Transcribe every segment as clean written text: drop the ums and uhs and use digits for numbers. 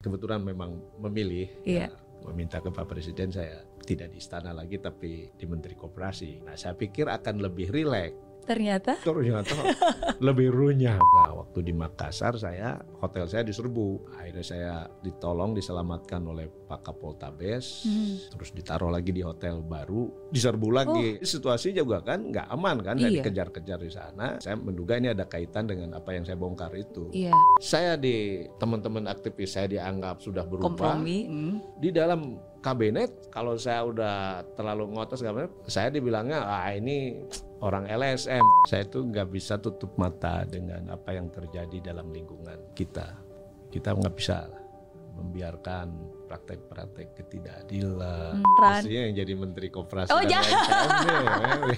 kebetulan memang memilih Iya. meminta ke Pak Presiden saya tidak di istana lagi tapi di Menteri Koperasi. Nah saya pikir akan lebih rileks. Ternyata Lebih runyam. Nah waktu di Makassar hotel saya diserbu. Akhirnya saya diselamatkan oleh Pak Kapoltabes. Terus ditaruh lagi di hotel baru, diserbu lagi. Situasi juga kan nggak aman kan, saya dikejar-kejar di sana. Saya menduga ini ada kaitan dengan apa yang saya bongkar itu. Iya. Saya teman-teman aktivis saya dianggap sudah berubah. Kompromi. Di dalam kabinet kalau saya udah terlalu ngotos saya dibilangnya ini orang LSM. Saya tuh nggak bisa tutup mata dengan apa yang terjadi dalam lingkungan kita. Kita nggak bisa membiarkan praktek-praktek ketidakadilan. Pastinya yang jadi Menteri Koperasi dan LSM.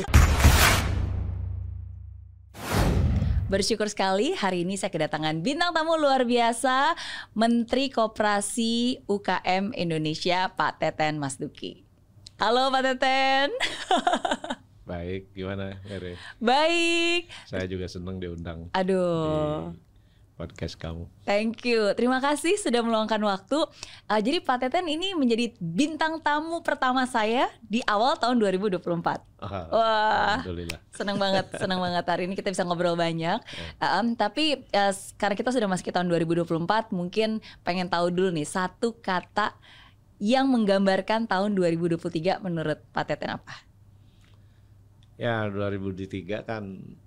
Bersyukur sekali hari ini saya kedatangan bintang tamu luar biasa, Menteri Koperasi UKM Indonesia, Pak Teten Mas Duki. Halo Pak Teten. Baik, gimana Mere? Baik. Saya juga senang diundang. Aduh. Di podcast kamu. Thank you. Terima kasih sudah meluangkan waktu. Jadi Pak Teten ini menjadi bintang tamu pertama saya di awal tahun 2024. Wah, alhamdulillah. Senang banget hari ini kita bisa ngobrol banyak. Tapi karena kita sudah masuk ke tahun 2024, mungkin pengen tahu dulu nih satu kata yang menggambarkan tahun 2023 menurut Pak Teten apa? Ya 2023 kan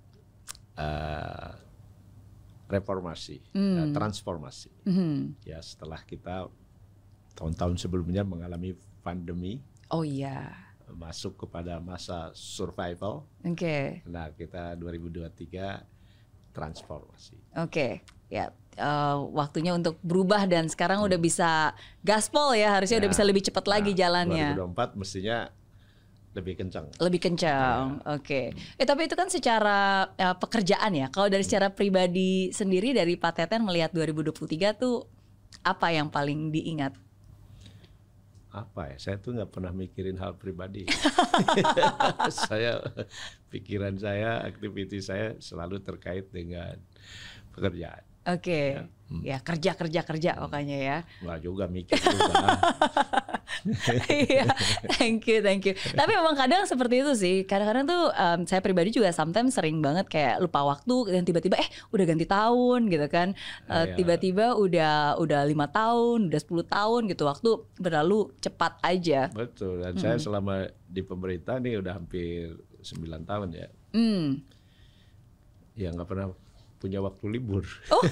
reformasi, transformasi. Ya setelah kita tahun-tahun sebelumnya mengalami pandemi. Oh iya. Masuk kepada masa survival. Oke. Nah kita 2023 transformasi. Oke. Ya. Waktunya untuk berubah dan sekarang udah bisa gaspol ya, harusnya udah bisa lebih cepat lagi jalannya. 2024 mestinya lebih kencang. Oke. Tapi itu kan secara pekerjaan ya. Kalau dari secara pribadi sendiri dari Pak Teten melihat 2023 tuh apa yang paling diingat? Apa ya? Saya tuh nggak pernah mikirin hal pribadi. Pikiran saya, aktivitas saya selalu terkait dengan pekerjaan. Oke. Ya kerja pokoknya ya. Nggak juga mikir juga. Iya, thank you. Tapi memang kadang seperti itu sih. Kadang-kadang tuh saya pribadi juga sometimes sering banget kayak lupa waktu dan tiba-tiba udah ganti tahun gitu kan. Tiba-tiba udah 5 tahun, udah 10 tahun gitu. Waktu berlalu cepat aja. Betul. Dan saya selama di pemerintah nih udah hampir 9 tahun ya. Ya nggak pernah punya waktu libur. Oh.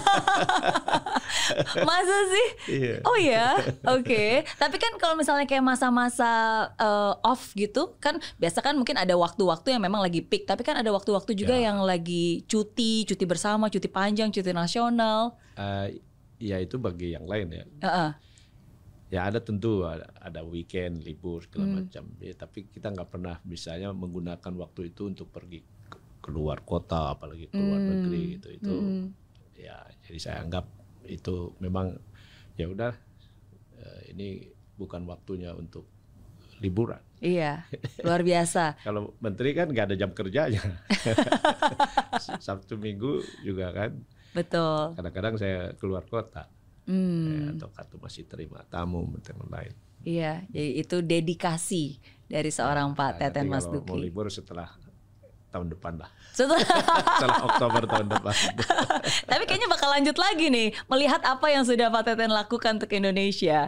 Masa sih? Iya. Oh ya, oke. Tapi kan kalau misalnya kayak masa-masa off gitu, kan biasa kan mungkin ada waktu-waktu yang memang lagi peak. Tapi kan ada waktu-waktu juga yang lagi cuti bersama, cuti panjang, cuti nasional. Ya itu bagi yang lain ya. Ya ada tentu ada weekend, libur segala macam. Ya, tapi kita nggak pernah misalnya menggunakan waktu itu untuk pergi keluar kota, apalagi keluar negeri gitu. Itu ya jadi saya anggap itu memang ya udah ini bukan waktunya untuk liburan. Iya, luar biasa. Kalau menteri kan nggak ada jam kerjanya. Sabtu Minggu juga kan. Betul. Kadang-kadang saya keluar kota atau masih terima tamu teman lain. Iya, jadi itu dedikasi dari seorang Pak Teten Mas Duki. Mau libur setelah tahun depan lah. Setelah Oktober tahun depan. Tapi kayaknya bakal lanjut lagi nih, melihat apa yang sudah Pak Teten lakukan untuk Indonesia.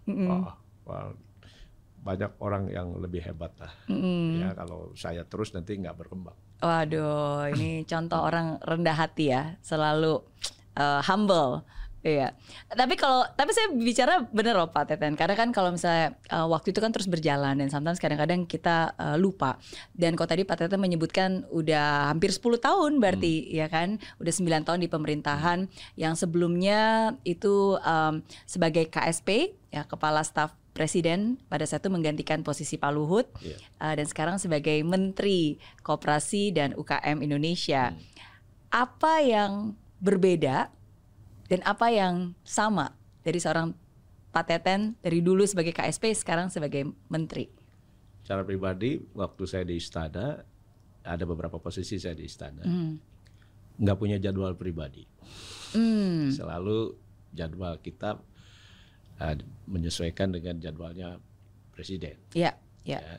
Banyak orang yang lebih hebat lah. Ya kalau saya terus nanti nggak berkembang. Waduh, ini contoh orang rendah hati ya, selalu humble. Iya. Tapi saya bicara bener loh Pak Teten. Karena kan kalau misalnya waktu itu kan terus berjalan dan sometimes kadang-kadang kita lupa. Dan kalau tadi Pak Teten menyebutkan udah hampir 10 tahun berarti ya kan, udah 9 tahun di pemerintahan yang sebelumnya itu sebagai KSP ya, Kepala Staf Presiden pada saat itu menggantikan posisi Pak Luhut, dan sekarang sebagai Menteri Koperasi dan UKM Indonesia. Apa yang berbeda dan apa yang sama dari seorang Pak Teten dari dulu sebagai KSP sekarang sebagai Menteri? Secara pribadi waktu saya di istana, ada beberapa posisi saya di istana, nggak punya jadwal pribadi. Selalu jadwal kita menyesuaikan dengan jadwalnya presiden. Iya. Ya.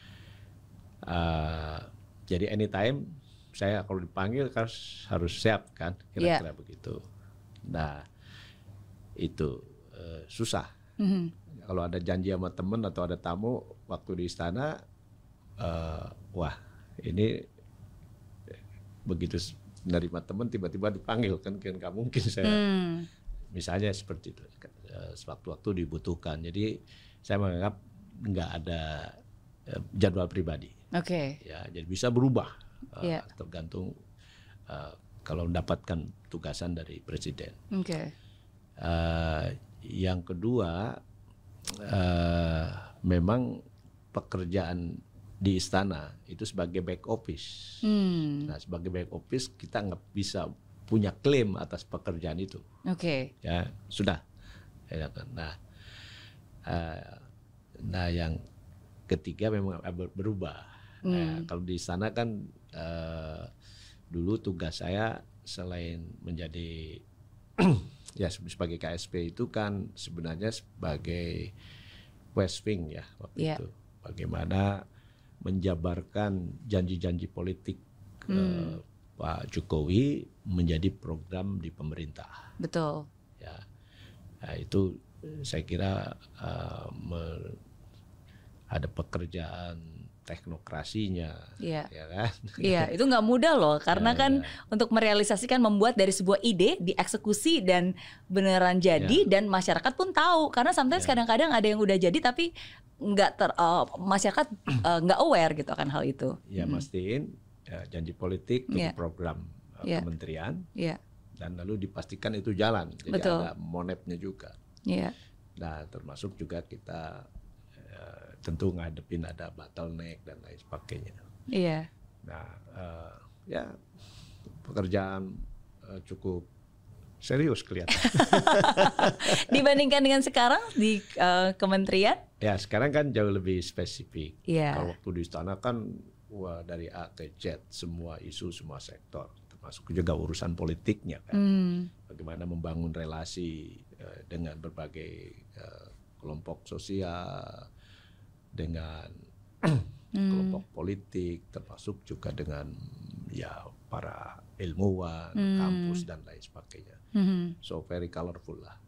Jadi anytime saya kalau dipanggil kan harus siap kan, kira-kira begitu. Nah itu susah. Kalau ada janji sama teman atau ada tamu waktu di istana, wah ini begitu menerima teman tiba-tiba dipanggil kan nggak mungkin saya. Misalnya seperti itu, sewaktu-waktu dibutuhkan. Jadi saya menganggap nggak ada jadwal pribadi. Ya, jadi bisa berubah tergantung kalau mendapatkan tugasan dari presiden. Yang kedua, memang pekerjaan di istana itu sebagai back office. Nah, sebagai back office kita nggak bisa punya klaim atas pekerjaan itu. Ya sudah. Nah, yang ketiga memang berubah. Nah, kalau di istana kan dulu tugas saya selain menjadi ya sebagai KSP itu kan sebenarnya sebagai West Wing ya waktu itu. Bagaimana menjabarkan janji-janji politik Pak Jokowi menjadi program di pemerintah. Betul. Ya, nah, itu saya kira ada pekerjaan teknokrasinya, ya kan? Iya, itu nggak mudah loh, karena kan untuk merealisasikan, membuat dari sebuah ide dieksekusi dan beneran jadi, dan masyarakat pun tahu. Karena sometimes kadang-kadang ada yang udah jadi tapi nggak masyarakat nggak aware gitu akan hal itu. Ya mastiin janji politik untuk program kementerian, dan lalu dipastikan itu jalan. Jadi ada monepnya juga. Nah termasuk juga kita tentu ngadepin ada bottleneck dan lain sebagainya. Nah, ya pekerjaan cukup serius kelihatan. Dibandingkan dengan sekarang di kementerian? Ya sekarang kan jauh lebih spesifik. Yeah. Kalau waktu di istana kan wah, dari A ke Z semua isu, semua sektor, termasuk juga urusan politiknya kan. Bagaimana membangun relasi dengan berbagai kelompok sosial, dengan kelompok politik, termasuk juga dengan ya para ilmuwan, kampus dan lain sebagainya. So very colorful lah.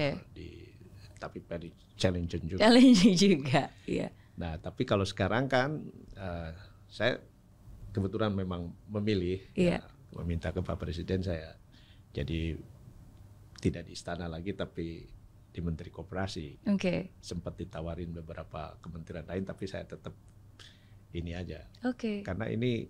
Tapi very challenging juga. Challenging juga, iya. Nah, tapi kalau sekarang kan saya kebetulan memang memilih ya, meminta ke Pak Presiden saya jadi tidak di istana lagi tapi di Menteri Koperasi. Sempat ditawarin beberapa kementerian lain tapi saya tetap ini aja. Karena ini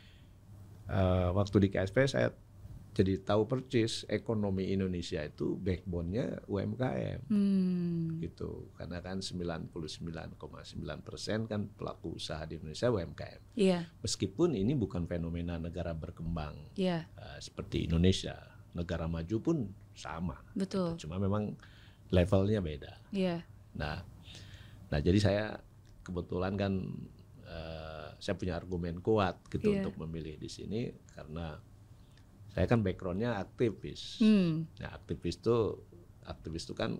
waktu di KSP saya jadi tahu persis ekonomi Indonesia itu backbone-nya UMKM. Gitu. Karena kan 99,9% kan pelaku usaha di Indonesia UMKM. Meskipun ini bukan fenomena negara berkembang seperti Indonesia. Negara maju pun sama. Betul. Gitu. Cuma memang levelnya beda. Nah jadi saya kebetulan kan saya punya argumen kuat gitu untuk memilih di sini karena saya kan backgroundnya aktivis. Nah aktivis itu kan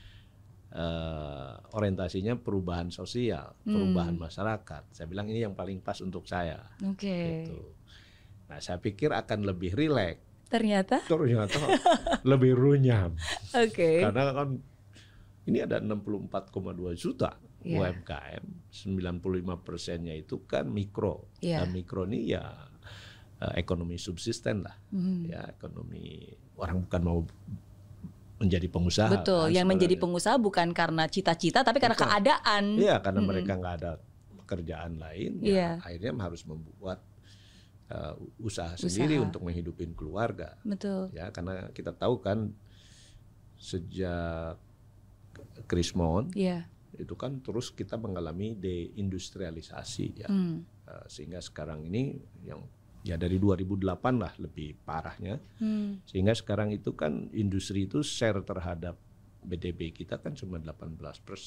orientasinya perubahan sosial, perubahan masyarakat. Saya bilang ini yang paling pas untuk saya. Gitu. Nah saya pikir akan lebih rileks. Ternyata lebih runyam. Karena kan ini ada 64,2 juta UMKM, 95%-nya itu kan mikro. Dan mikro ini ya ekonomi subsisten lah. Ya, ekonomi orang bukan mau menjadi pengusaha. Betul, yang menjadi pengusaha bukan karena cita-cita tapi karena keadaan. Iya, karena mereka nggak ada pekerjaan lain, ya akhirnya harus membuat usaha sendiri untuk menghidupin keluarga. Betul. Ya, karena kita tahu kan sejak Krismon itu kan terus kita mengalami deindustrialisasi ya. Sehingga sekarang ini yang ya dari 2008 lah lebih parahnya. Sehingga sekarang itu kan industri itu share terhadap BDP kita kan cuma 18%.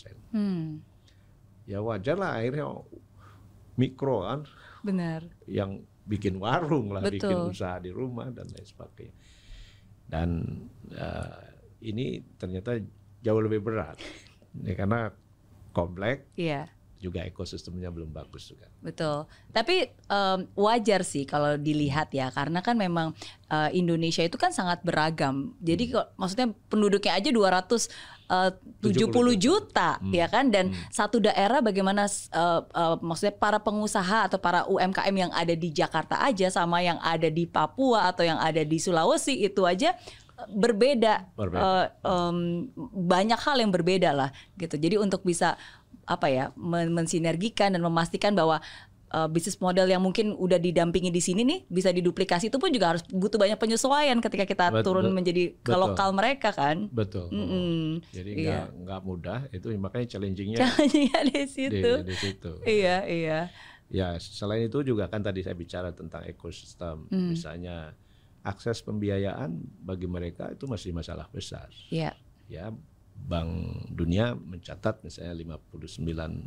Ya wajar lah akhirnya mikro kan. Benar. Yang bikin warung lah, bikin usaha di rumah dan lain sebagainya. Dan ini ternyata jauh lebih berat. Ya, karena kompleks. Iya. Juga ekosistemnya belum bagus juga. Betul. Tapi wajar sih kalau dilihat ya, karena kan memang Indonesia itu kan sangat beragam. Jadi maksudnya penduduknya aja 270 juta ya kan, dan satu daerah bagaimana maksudnya para pengusaha atau para UMKM yang ada di Jakarta aja sama yang ada di Papua atau yang ada di Sulawesi itu aja berbeda. Banyak hal yang berbeda lah gitu. Jadi untuk bisa mensinergikan dan memastikan bahwa bisnis model yang mungkin udah didampingi di sini nih bisa diduplikasi, itu pun juga harus butuh banyak penyesuaian ketika kita turun menjadi ke lokal mereka kan. Betul. Jadi nggak mudah itu, makanya challengingnya di situ. Di situ. Iya. Ya selain itu juga kan tadi saya bicara tentang ekosistem, misalnya akses pembiayaan bagi mereka itu masih masalah besar. Iya. Ya, Bank Dunia mencatat misalnya 59%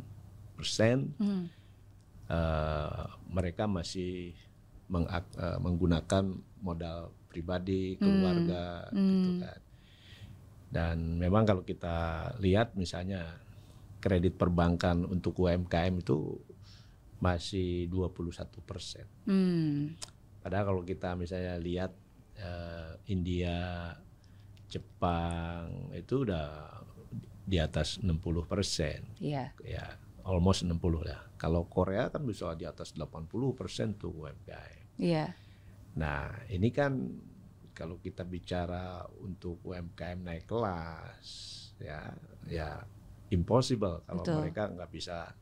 mereka masih menggunakan modal pribadi, keluarga, gitu kan. Dan memang kalau kita lihat misalnya kredit perbankan untuk UMKM itu masih 21%. Padahal kalau kita misalnya lihat India, Jepang itu udah di atas 60%. Iya. Ya, almost 60 lah. Kalau Korea kan bisa di atas 80% tuh UMKM. Iya. Nah, ini kan kalau kita bicara untuk UMKM naik kelas, ya impossible kalau mereka nggak bisa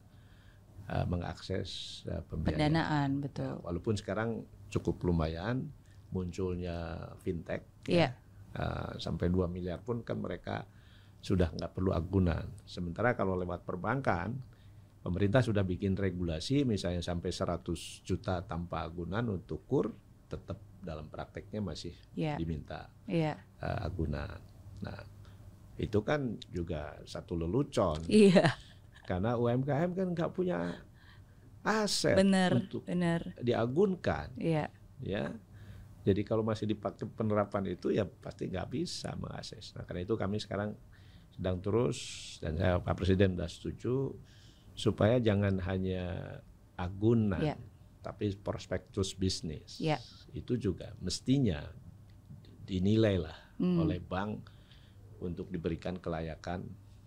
mengakses pembiayaan. Pendanaan, betul. Ya, walaupun sekarang cukup lumayan munculnya fintech. Iya. Sampai 2 miliar pun kan mereka sudah nggak perlu agunan. Sementara kalau lewat perbankan, pemerintah sudah bikin regulasi misalnya sampai 100 juta tanpa agunan untuk KUR, tetap dalam prakteknya masih diminta agunan. Nah, itu kan juga satu lelucon. Iya. Karena UMKM kan nggak punya aset untuk diagunkan. Iya. Ya. Jadi kalau masih dipakai penerapan itu ya pasti nggak bisa mengakses. Nah karena itu kami sekarang sedang terus, dan Pak Presiden sudah setuju supaya jangan hanya agunan, tapi prospektus bisnis. Itu juga mestinya dinilai lah oleh bank untuk diberikan kelayakan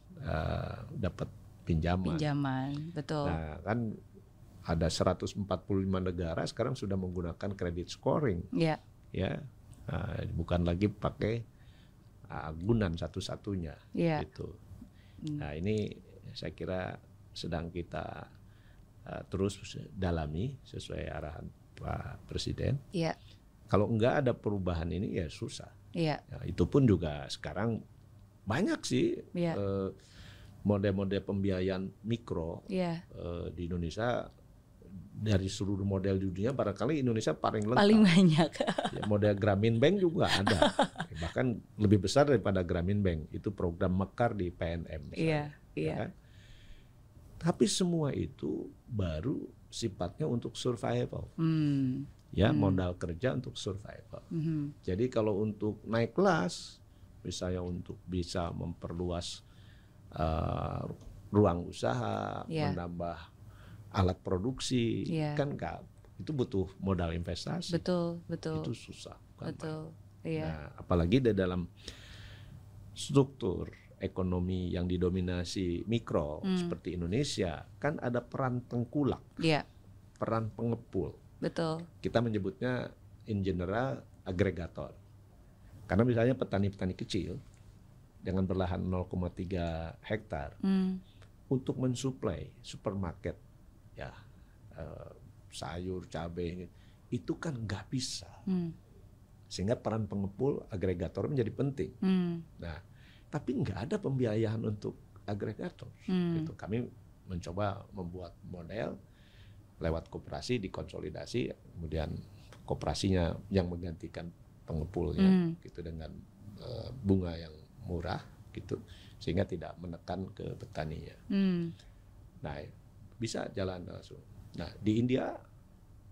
dapat pinjaman. Betul. Nah kan ada 145 negara sekarang sudah menggunakan credit scoring. Ya. Bukan lagi pakai agunan satu-satunya. Gitu. Nah ini saya kira sedang kita terus dalami sesuai arahan Pak Presiden. Kalau enggak ada perubahan ini ya susah. Ya, itu pun juga sekarang banyak sih model-model pembiayaan mikro di Indonesia. Dari seluruh model di dunia barangkali Indonesia paling lengkap. Paling banyak. Ya, model Grameen Bank juga ada. Bahkan lebih besar daripada Grameen Bank. Itu program Mekar di PNM misalnya. Ya kan? Tapi semua itu baru sifatnya untuk survival. Modal kerja untuk survival. Jadi kalau untuk naik kelas, misalnya untuk bisa memperluas ruang usaha, menambah alat produksi, kan enggak, itu butuh modal investasi. Betul. Itu susah. Iya. Nah, apalagi di dalam struktur ekonomi yang didominasi mikro seperti Indonesia, kan ada peran tengkulak, peran pengepul. Betul. Kita menyebutnya in general agregator. Karena misalnya petani-petani kecil dengan berlahan 0,3 hektar untuk mensuplai supermarket, sayur, cabai, itu kan nggak bisa. Sehingga peran pengepul agregator menjadi penting. Nah, tapi nggak ada pembiayaan untuk agregator. Gitu. Kami mencoba membuat model lewat koperasi, dikonsolidasi, kemudian koperasinya yang menggantikan pengepulnya, gitu, dengan bunga yang murah, gitu, sehingga tidak menekan ke petaninya. Nah, bisa jalan langsung. Nah, di India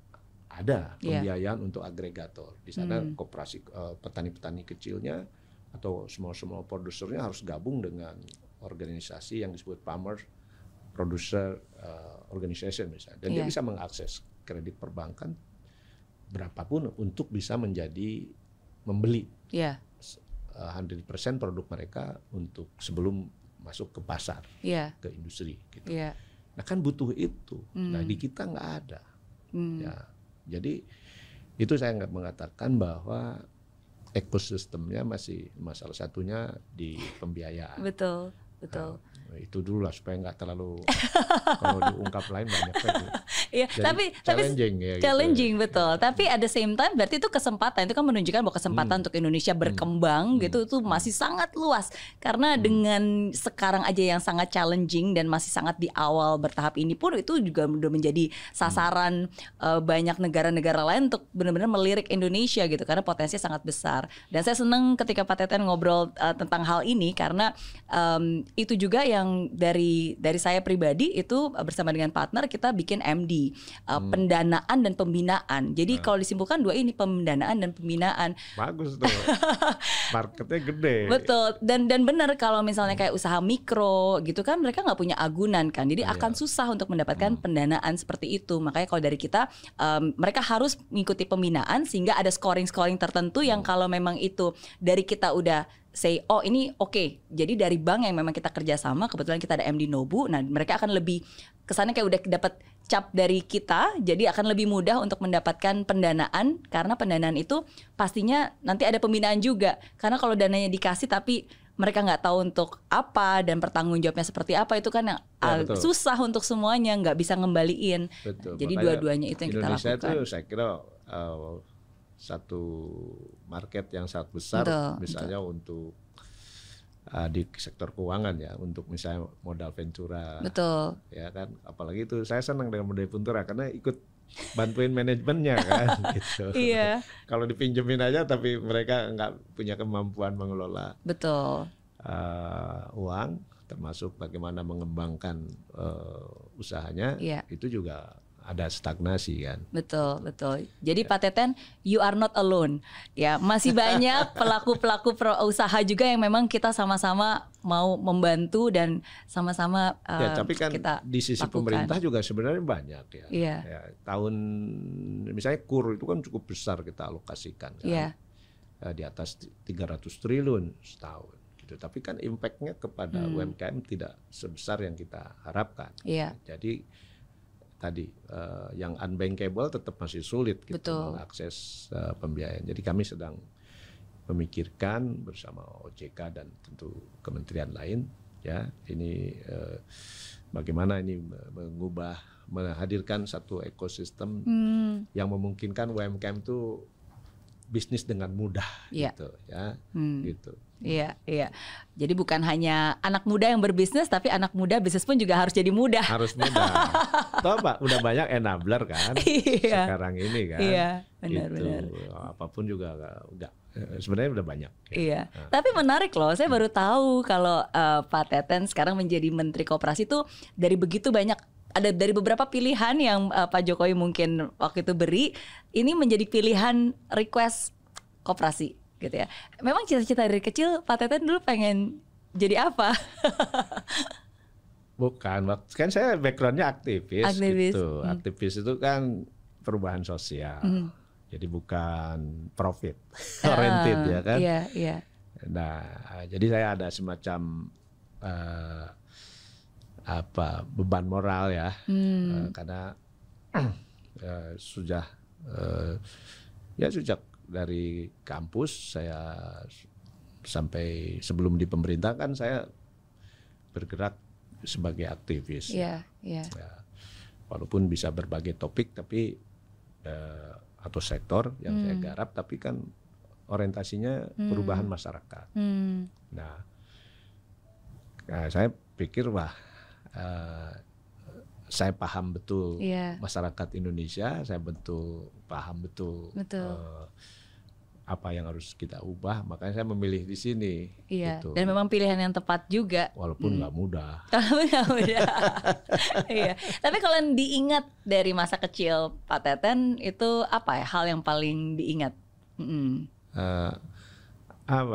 ada pembiayaan untuk agregator. Di sana koperasi petani-petani kecilnya atau small produsernya harus gabung dengan organisasi yang disebut Farmer Producer Organization misalnya, dan dia bisa mengakses kredit perbankan berapapun untuk bisa menjadi membeli 100% produk mereka untuk sebelum masuk ke pasar, ke industri gitu. Nah kan butuh itu. Nah di kita nggak ada. Ya, jadi itu saya nggak mengatakan bahwa ekosistemnya masih masalah satunya di pembiayaan. Betul. Nah, itu dulu lah supaya nggak terlalu kalau diungkap lain banyak lagi. Iya, tapi challenging gitu. Betul. Tapi at the same time berarti itu kesempatan, itu kan menunjukkan bahwa kesempatan untuk Indonesia berkembang gitu itu masih sangat luas karena dengan sekarang aja yang sangat challenging dan masih sangat di awal bertahap ini pun itu juga udah menjadi sasaran banyak negara-negara lain untuk benar-benar melirik Indonesia gitu karena potensinya sangat besar. Dan saya senang ketika Pak Teten ngobrol tentang hal ini karena itu juga yang dari saya pribadi itu bersama dengan partner kita bikin MD pendanaan dan pembinaan. Jadi kalau disimpulkan dua ini pendanaan dan pembinaan. Bagus tuh. Marketnya gede. Betul. Dan benar kalau misalnya kayak usaha mikro gitu kan mereka nggak punya agunan kan. Jadi akan susah untuk mendapatkan pendanaan seperti itu. Makanya kalau dari kita mereka harus mengikuti pembinaan sehingga ada scoring tertentu yang kalau memang itu dari kita udah say ini oke. Jadi dari bank yang memang kita kerjasama kebetulan kita ada MD Nobu. Nah mereka akan lebih kesannya kayak udah dapat cap dari kita. Jadi akan lebih mudah untuk mendapatkan pendanaan karena pendanaan itu pastinya nanti ada pembinaan juga. Karena kalau dananya dikasih tapi mereka nggak tahu untuk apa dan pertanggungjawabnya seperti apa itu kan yang susah untuk semuanya nggak bisa ngembaliin. Betul. Jadi dua-duanya itu yang Indonesia kita lakukan. Indonesia itu saya kira satu market yang sangat besar misalnya untuk di sektor keuangan ya untuk misalnya modal ventura. Betul. Ya kan apalagi itu saya senang dengan modal ventura karena ikut bantuin manajemennya kan gitu. Iya. Kalau dipinjemin aja tapi mereka nggak punya kemampuan mengelola. Betul. Uang termasuk bagaimana mengembangkan usahanya itu juga ada stagnasi kan. Betul. Jadi Pak Teten, you are not alone. Ya, masih banyak pelaku-pelaku usaha juga yang memang kita sama-sama mau membantu dan sama-sama tapi kan kita di sisi lakukan. pemerintah juga sebenarnya banyak ya. Iya. Ya, tahun misalnya KUR itu kan cukup besar kita alokasikan kan. Iya. Di atas 300 triliun setahun gitu. Tapi kan impact-nya kepada UMKM tidak sebesar yang kita harapkan. Iya. Jadi tadi yang unbankable tetap masih sulit gitu mengakses pembiayaan. Jadi kami sedang memikirkan bersama OJK dan tentu kementerian lain ya ini bagaimana ini menghadirkan satu ekosistem yang memungkinkan UMKM itu bisnis dengan mudah gitu ya gitu. Iya. Jadi bukan hanya anak muda yang berbisnis, tapi anak muda bisnis pun juga harus jadi mudah. Harus mudah. Toh Pak, udah banyak enabler kan sekarang ini kan. Iya, benar. Apapun juga udah sebenarnya udah banyak. Iya. Tapi menarik loh, saya baru tahu kalau Pak Teten sekarang menjadi Menteri Koperasi itu dari begitu banyak. Ada dari beberapa pilihan yang Pak Jokowi mungkin waktu itu beri, ini menjadi pilihan request koperasi. Gitu ya. Memang cita-cita dari kecil Pak Teten dulu pengen jadi apa? Bukan, kan saya backgroundnya aktivis. Gitu. Aktivis itu kan perubahan sosial. Jadi bukan profit oriented ya kan. Iya. Nah, jadi saya ada semacam beban moral ya. Karena sejak dari kampus saya sampai sebelum di pemerintah kan saya bergerak sebagai aktivis. Iya. Ya, walaupun bisa berbagai topik tapi atau sektor yang saya garap tapi kan orientasinya perubahan masyarakat. Nah, saya pikir saya paham betul masyarakat Indonesia, saya paham betul. Apa yang harus kita ubah, makanya saya memilih di sini. Iya. Gitu. Dan memang pilihan yang tepat juga. Walaupun nggak mudah. Iya. Tapi kalau diingat dari masa kecil Pak Teten itu apa ya hal yang paling diingat? Apa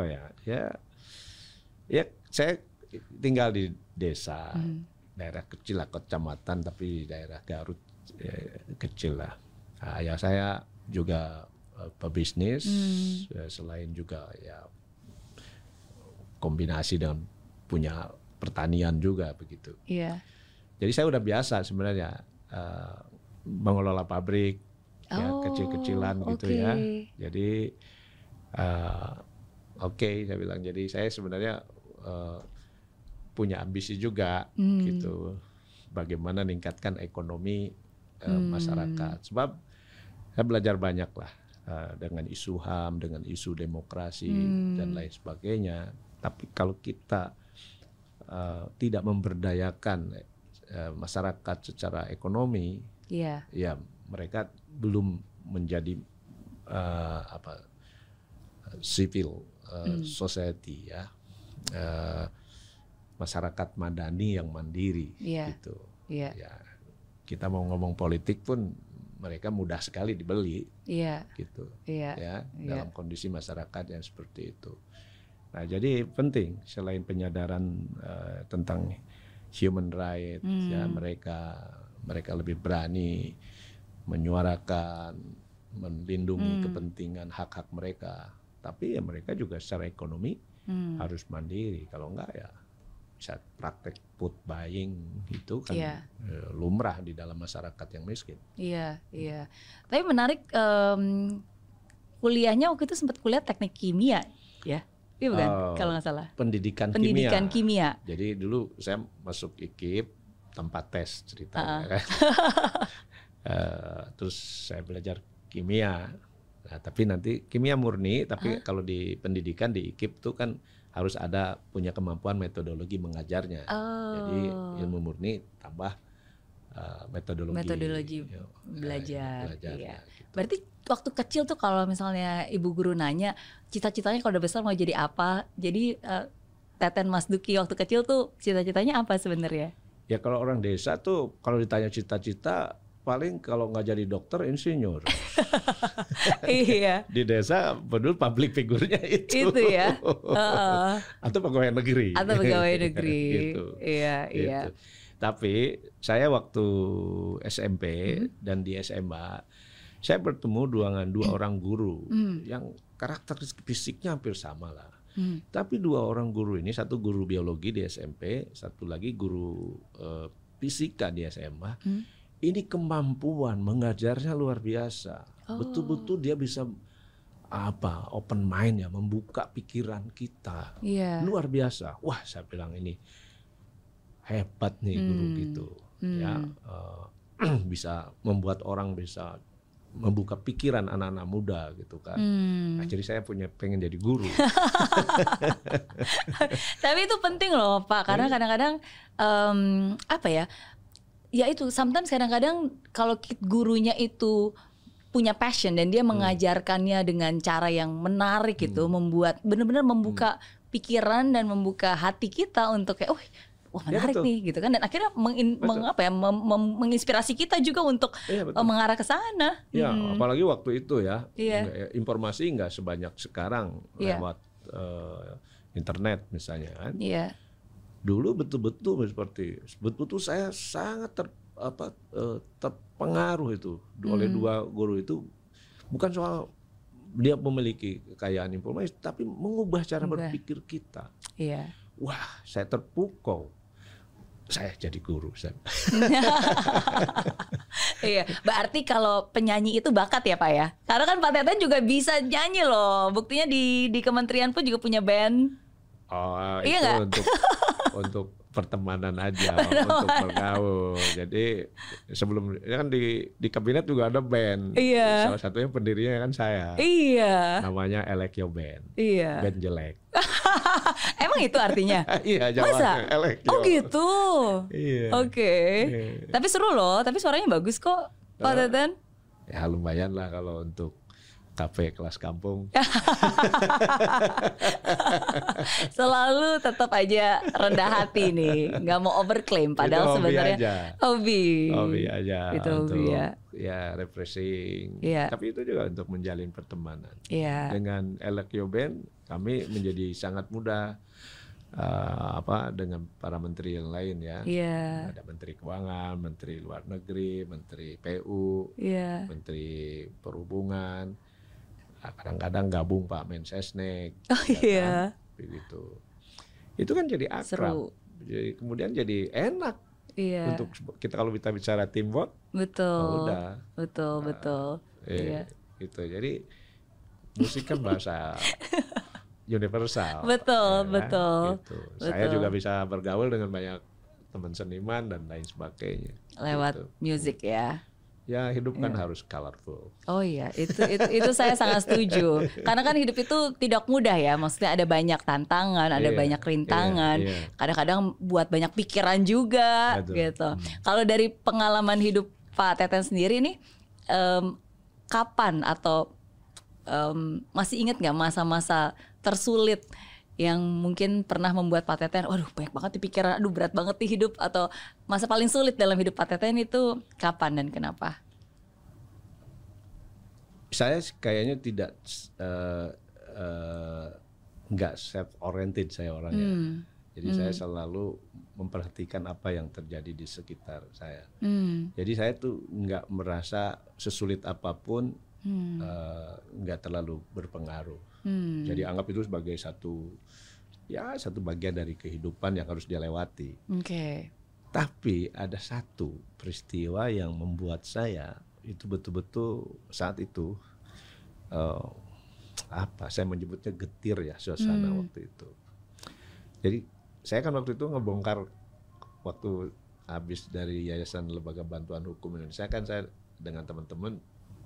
ya saya tinggal di desa, daerah kecil lah, kecamatan, tapi daerah Garut kecil lah. Nah, ayah saya juga pebisnis, selain juga ya kombinasi dengan punya pertanian juga begitu. Iya. Jadi saya udah biasa sebenarnya mengelola pabrik ya kecil-kecilan gitu ya. Jadi saya bilang, jadi saya sebenarnya punya ambisi juga gitu, bagaimana meningkatkan ekonomi masyarakat. Sebab saya belajar banyak lah dengan isu HAM, dengan isu demokrasi dan lain sebagainya. Tapi kalau kita tidak memberdayakan masyarakat secara ekonomi, ya mereka belum menjadi civil society ya, masyarakat madani yang mandiri gitu. Ya, kita mau ngomong politik pun mereka mudah sekali dibeli gitu ya, dalam kondisi masyarakat yang seperti itu. Nah, jadi penting selain penyadaran tentang human right ya, mereka lebih berani menyuarakan, melindungi kepentingan hak-hak mereka. Tapi ya mereka juga secara ekonomi harus mandiri. Kalau enggak ya bisa praktek put buying itu kan lumrah di dalam masyarakat yang miskin. Iya. Tapi menarik, kuliahnya waktu itu sempat kuliah teknik kimia ya? Iya bukan? Kalau nggak salah. Pendidikan kimia. Jadi dulu saya masuk IKIP tempat tes ceritanya kan. Terus saya belajar kimia. Nah, tapi nanti kimia murni, tapi kalau di pendidikan di IKIP tuh kan harus ada punya kemampuan metodologi mengajarnya. Jadi ilmu murni tambah metodologi belajar. Iya. Gitu. Berarti waktu kecil tuh kalau misalnya ibu guru nanya cita-citanya kalau udah besar mau jadi apa, jadi Teten Mas Duki waktu kecil tuh cita-citanya apa sebenarnya? Ya kalau orang desa tuh kalau ditanya cita-cita paling kalau nggak jadi dokter insinyur. Iya. Di desa peduli public figurnya itu. Itu ya. Atau pegawai negeri. Gitu. Iya. Gitu. Tapi saya waktu SMP dan di SMA saya bertemu dua orang guru yang karakteristik fisiknya hampir sama lah. Tapi dua orang guru ini, satu guru biologi di SMP, satu lagi guru fisika di SMA. Ini kemampuan mengajarnya luar biasa. Betul-betul dia bisa open mind ya, membuka pikiran kita. Luar biasa. Wah, saya bilang ini hebat nih guru gitu. Ya, bisa membuat orang bisa membuka pikiran anak-anak muda gitu kan. Nah, jadi saya pengen jadi guru. Tapi itu penting loh Pak, karena kadang-kadang ya itu sometimes kadang-kadang kalau gurunya itu punya passion dan dia mengajarkannya dengan cara yang menarik gitu, membuat benar-benar membuka pikiran dan membuka hati kita untuk kayak wah menarik nih gitu kan, dan akhirnya menginspirasi kita juga untuk mengarah ke sana. Ya, apalagi waktu itu ya, informasi nggak sebanyak sekarang lewat internet misalnya kan. Dulu betul-betul saya sangat terpengaruh itu oleh dua guru itu, bukan soal dia memiliki kekayaan informasi, tapi mengubah cara berpikir kita. Wah, saya terpukau. Saya jadi guru. Iya, berarti kalau penyanyi itu bakat ya Pak ya? Karena kan Pak Teten juga bisa nyanyi loh. Buktinya di kementerian pun juga punya band. Iya itu untuk pertemanan aja, untuk bergaul. Jadi sebelum kan di kabinet juga ada band. Salah satunya pendirinya kan saya. Namanya Elekio Band. Band jelek. Emang itu artinya? Iya, Masa? Elekio. Oh gitu. Oke. Tapi seru loh. Tapi suaranya bagus kok, Pak Teten. Ya lumayan lah kalau untuk kafe kelas kampung. Selalu tetap aja rendah hati nih, nggak mau overclaim. Padahal sebenarnya hobi aja. Itu hobi ya. Ya refreshing. Yeah. Tapi itu juga untuk menjalin pertemanan. Yeah. Dengan Elekio Band kami menjadi sangat mudah. Dengan para menteri yang lain ya. Yeah. Ada Menteri Keuangan, Menteri Luar Negeri, Menteri PU, Menteri Perhubungan. Kadang-kadang gabung Pak Mensesnek. Iya. Begitu. Itu kan jadi akrab. Jadi kemudian jadi enak. Iya. Untuk kita kalau kita bicara teamwork. Betul. Udah. Betul. Iya. Gitu. Jadi musik kan bahasa universal. Betul. Gitu. Saya juga bisa bergaul dengan banyak teman seniman dan lain sebagainya. Lewat gitu. musik ya. Ya hidup kan harus colorful. Oh iya, itu saya sangat setuju. Karena kan hidup itu tidak mudah ya. Maksudnya ada banyak tantangan, ada banyak rintangan. Kadang-kadang buat banyak pikiran juga. Gitu. Kalau dari pengalaman hidup Pak Teten sendiri nih, kapan atau masih ingat nggak masa-masa tersulit yang mungkin pernah membuat Pak Teten, waduh banyak banget di pikiran, aduh berat banget di hidup, atau masa paling sulit dalam hidup Pak Teten itu kapan dan kenapa? Saya kayaknya tidak nggak self oriented saya orangnya. Jadi saya selalu memperhatikan apa yang terjadi di sekitar saya. Jadi saya tuh nggak merasa sesulit apapun nggak terlalu berpengaruh. Jadi anggap itu sebagai satu bagian dari kehidupan yang harus dilewati. Tapi ada satu peristiwa yang membuat saya itu betul-betul saat itu saya menyebutnya getir ya suasana waktu itu. Jadi saya kan waktu itu ngebongkar waktu habis dari Yayasan Lembaga Bantuan Hukum Indonesia kan saya dengan teman-teman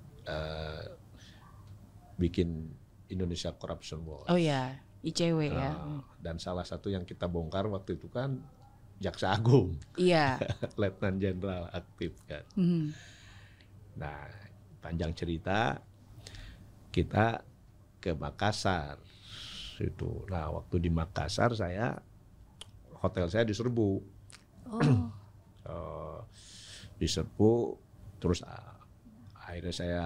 bikin Indonesia Corruption Watch. Oh ya, ICW ya. Dan salah satu yang kita bongkar waktu itu kan Jaksa Agung. Iya. Letnan Jenderal aktif kan. Nah, panjang cerita kita ke Makassar itu. Nah, waktu di Makassar hotel saya diserbu. Diserbu terus akhirnya saya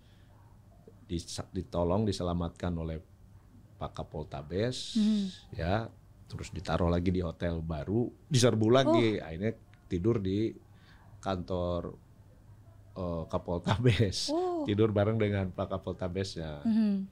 diselamatkan oleh Pak Kapoltabes ya, terus ditaruh lagi di hotel baru, diserbu lagi, akhirnya tidur di kantor Kapoltabes, tidur bareng dengan Pak Kapoltabesnya.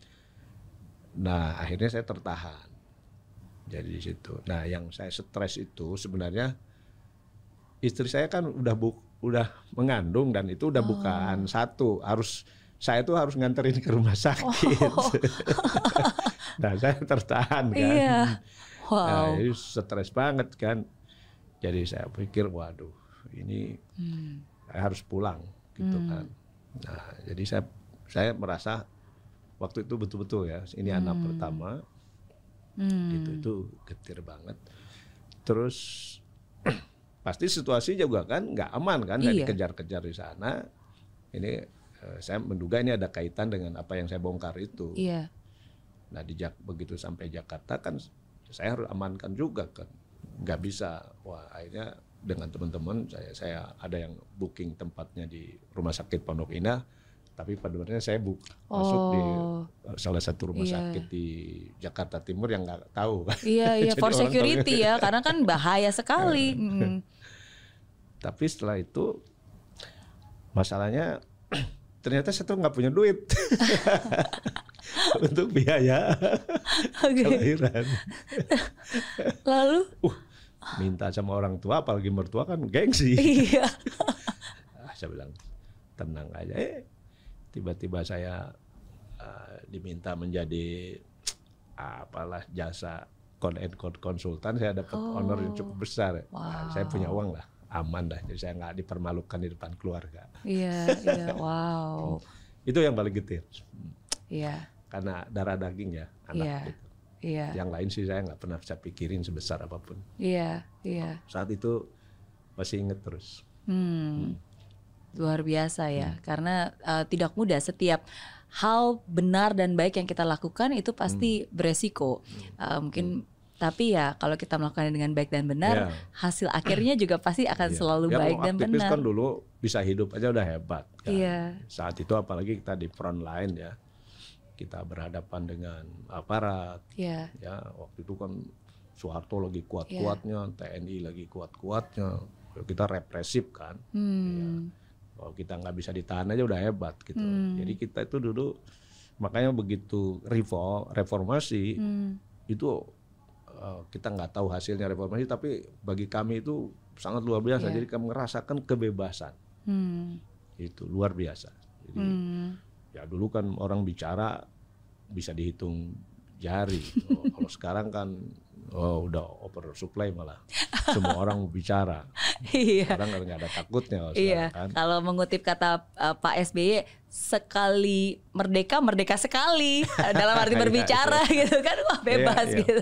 Nah akhirnya saya tertahan, jadi di situ. Nah yang saya stres itu sebenarnya istri saya kan udah mengandung dan itu udah bukan satu, saya tuh harus nganterin ke rumah sakit. Nah saya tertahan kan. Iya. Wow. Nah, ini stres banget kan. Jadi saya pikir waduh ini saya harus pulang gitu kan. Nah jadi saya merasa waktu itu betul-betul ya ini anak pertama. Itu getir banget. Terus pasti situasi juga kan nggak aman kan, saya dikejar-kejar di sana. Ini saya menduga ini ada kaitan dengan apa yang saya bongkar itu. Iya. Nah begitu sampai Jakarta kan saya harus amankan juga kan, nggak bisa. Wah akhirnya dengan teman-teman saya ada yang booking tempatnya di Rumah Sakit Pondok Indah, tapi sebenarnya saya masuk di salah satu rumah sakit di Jakarta Timur yang nggak tahu kan. Iya for security ya, karena kan bahaya sekali. Tapi setelah itu masalahnya ternyata saya tuh nggak punya duit untuk biaya kelahiran. Lalu? Minta sama orang tua, apalagi mertua kan gengsi. Iya. Saya bilang tenang aja. Tiba-tiba saya diminta menjadi jasa konsultan. Saya dapat honor yang cukup besar. Wow. Saya punya uang lah. Aman dah, jadi saya nggak dipermalukan di depan keluarga. Iya, wow. Itu yang paling getir. Iya. Karena darah daging ya anak gitu. Iya. Yang lain sih saya nggak pernah bisa pikirin sebesar apapun. Iya. Saat itu masih inget terus. Luar biasa ya, karena tidak mudah. Setiap hal benar dan baik yang kita lakukan itu pasti beresiko. Mungkin tapi ya kalau kita melakukannya dengan baik dan benar, hasil akhirnya juga pasti akan selalu baik dan benar. Aktivis kan dulu bisa hidup aja udah hebat kan. Iya. Saat itu apalagi kita di front line ya, kita berhadapan dengan aparat. Ya waktu itu kan Soeharto lagi kuat-kuatnya, TNI lagi kuat-kuatnya, kita represif kan. Kalau kita nggak bisa ditahan aja udah hebat gitu. Jadi kita itu dulu makanya begitu reformasi itu kita nggak tahu hasilnya reformasi, tapi bagi kami itu sangat luar biasa. Jadi kami merasakan kebebasan itu luar biasa. Jadi ya dulu kan orang bicara bisa dihitung jari. Kalau sekarang kan udah oversupply malah semua orang bicara. Orang nggak ada takutnya. Kan? Kalau mengutip kata Pak SBY, sekali merdeka, merdeka sekali dalam arti berbicara gitu kan, wah bebas gitu.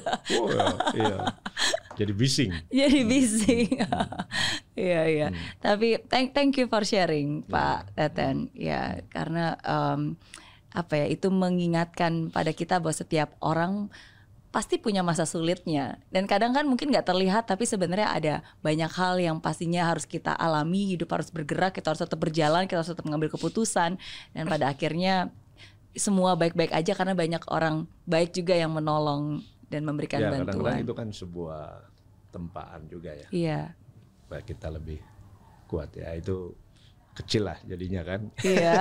Jadi bising. Jadi bising. Iya. Tapi thank you for sharing Pak Teten. Ya karena itu mengingatkan pada kita bahwa setiap orang pasti punya masa sulitnya, dan kadang kan mungkin nggak terlihat, tapi sebenarnya ada banyak hal yang pastinya harus kita alami. Hidup harus bergerak, kita harus tetap berjalan, kita harus tetap mengambil keputusan, dan pada akhirnya semua baik-baik aja karena banyak orang baik juga yang menolong dan memberikan bantuan. Kadang-kadang itu kan sebuah tempaan juga ya. Iya. Supaya kita lebih kuat ya, itu kecil lah jadinya kan. Iya.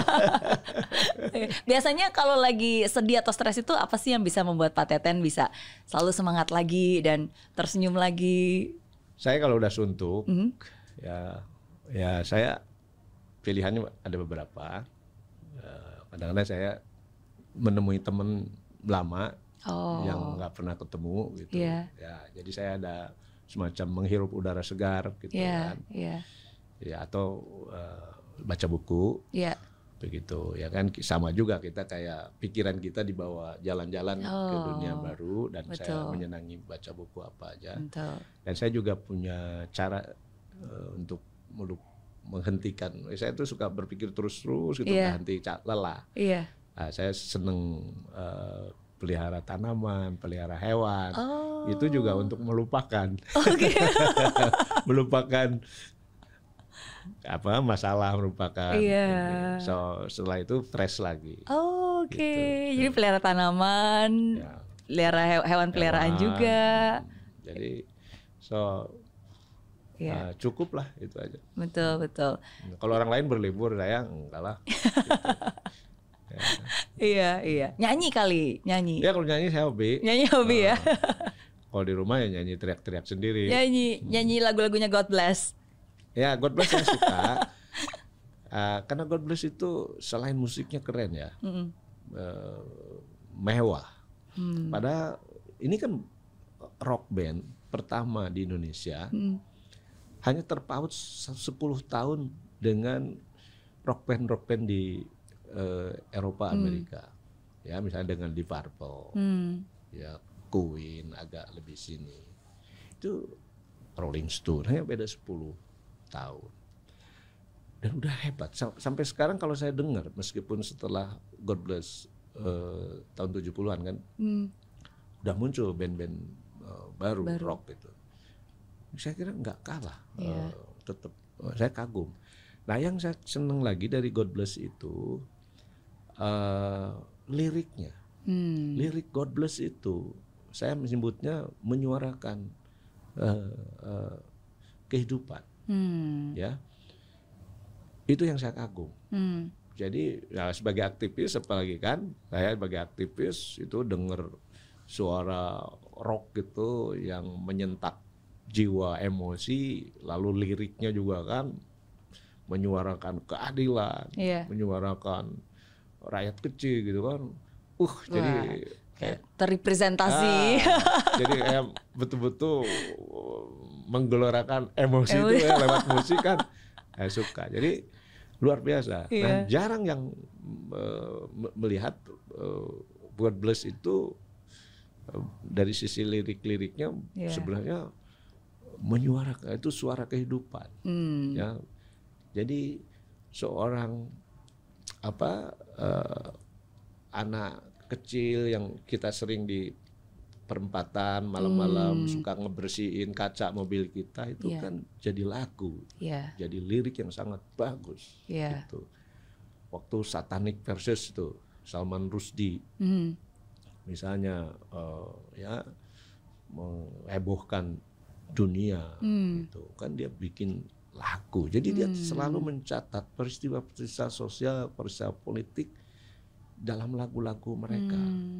Biasanya kalau lagi sedih atau stres itu apa sih yang bisa membuat Pak Teten bisa selalu semangat lagi dan tersenyum lagi? Saya kalau udah suntuk, ya saya pilihannya ada beberapa. Kadang-kadang saya menemui teman lama yang nggak pernah ketemu gitu. Ya, jadi saya ada semacam menghirup udara segar gitu kan. Ya atau baca buku, begitu ya kan, sama juga kita kayak pikiran kita dibawa jalan-jalan ke dunia baru, dan saya menyenangi baca buku apa aja. Dan saya juga punya cara untuk menghentikan. Saya tuh suka berpikir terus gitu, nggak henti lelah. Nah, saya seneng pelihara tanaman, pelihara hewan. Itu juga untuk melupakan, melupakan masalah, merupakan so setelah itu fresh lagi. Gitu. Jadi pelihara tanaman, pelihara hewan peliharaan juga. Jadi cukup lah itu aja. Betul. Kalau orang lain berlibur, saya enggak lah. Gitu. Iya. Nyanyi kali, nyanyi. Ya kalau nyanyi saya hobi. Nyanyi hobi ya. Kalau di rumah ya nyanyi teriak-teriak sendiri. Nyanyi lagu-lagunya God Bless. Ya, God Bless saya suka. Karena God Bless itu selain musiknya keren ya, mewah. Padahal ini kan rock band pertama di Indonesia, hanya terpaut 10 tahun dengan rock band di Eropa, Amerika. Ya, misalnya dengan Deep Purple, ya Queen agak lebih sini. Itu Rolling Stone hanya beda 10 tahun. Dan udah hebat. Sampai sekarang kalau saya dengar, meskipun setelah God Bless tahun 70-an kan, udah muncul band-band baru rock itu. Saya kira nggak kalah. Tetap saya kagum. Nah, yang saya seneng lagi dari God Bless itu liriknya. Lirik God Bless itu saya menyebutnya menyuarakan kehidupan. Ya, itu yang saya kagum. Jadi ya, sebagai aktivis, apalagi kan saya sebagai aktivis itu dengar suara rock gitu yang menyentak jiwa, emosi, lalu liriknya juga kan menyuarakan keadilan, menyuarakan rakyat kecil gitu kan. Jadi terrepresentasi. Jadi kayak betul-betul menggelorakan emosi itu ya, lewat musik kan. Saya suka. Jadi luar biasa. Nah, jarang yang melihat God Bless itu dari sisi lirik-liriknya sebenarnya menyuarakan itu suara kehidupan. Ya. Jadi seorang anak kecil yang kita sering di perempatan malam-malam suka ngebersihin kaca mobil kita itu kan jadi lagu, jadi lirik yang sangat bagus. Gitu. Waktu Satanic Verses itu Salman Rushdie, misalnya menghebohkan dunia, gitu kan dia bikin lagu. Jadi dia selalu mencatat peristiwa-peristiwa sosial, peristiwa politik dalam lagu-lagu mereka,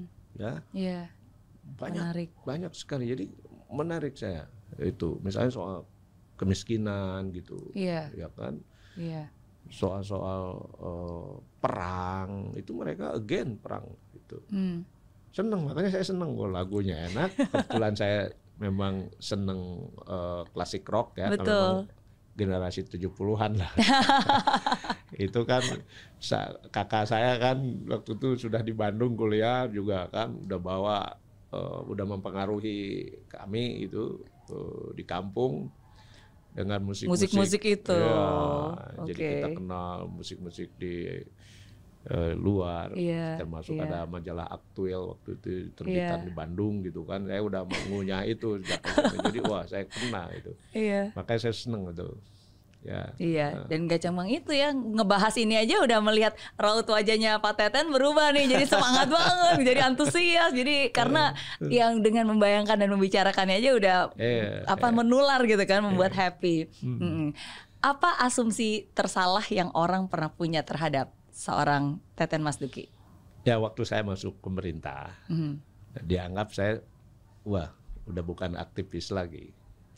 banyak sekali. Jadi menarik saya itu, misalnya soal kemiskinan gitu, ya kan, soal perang itu mereka perang itu, seneng, makanya saya seneng kalau lagunya enak. Kebetulan saya memang seneng klasik rock ya, kalau generasi 70-an lah. Itu kan kakak saya kan waktu itu sudah di Bandung kuliah juga kan, udah mempengaruhi kami itu di kampung dengan musik-musik itu. Jadi kita kenal musik-musik di luar, termasuk ada majalah Aktuel waktu itu terbitan di Bandung gitu kan. Saya udah mengunyah itu jadi wah saya kena itu. Makanya saya seneng itu. Dan gak cuma itu ya, ngebahas ini aja udah melihat raut wajahnya Pak Teten berubah nih, jadi semangat banget, jadi antusias, jadi karena yang dengan membayangkan dan membicarakannya aja udah menular gitu kan, membuat happy. Apa asumsi tersalah yang orang pernah punya terhadap seorang Teten Mas Duki? Ya waktu saya masuk pemerintah, dianggap saya udah bukan aktivis lagi.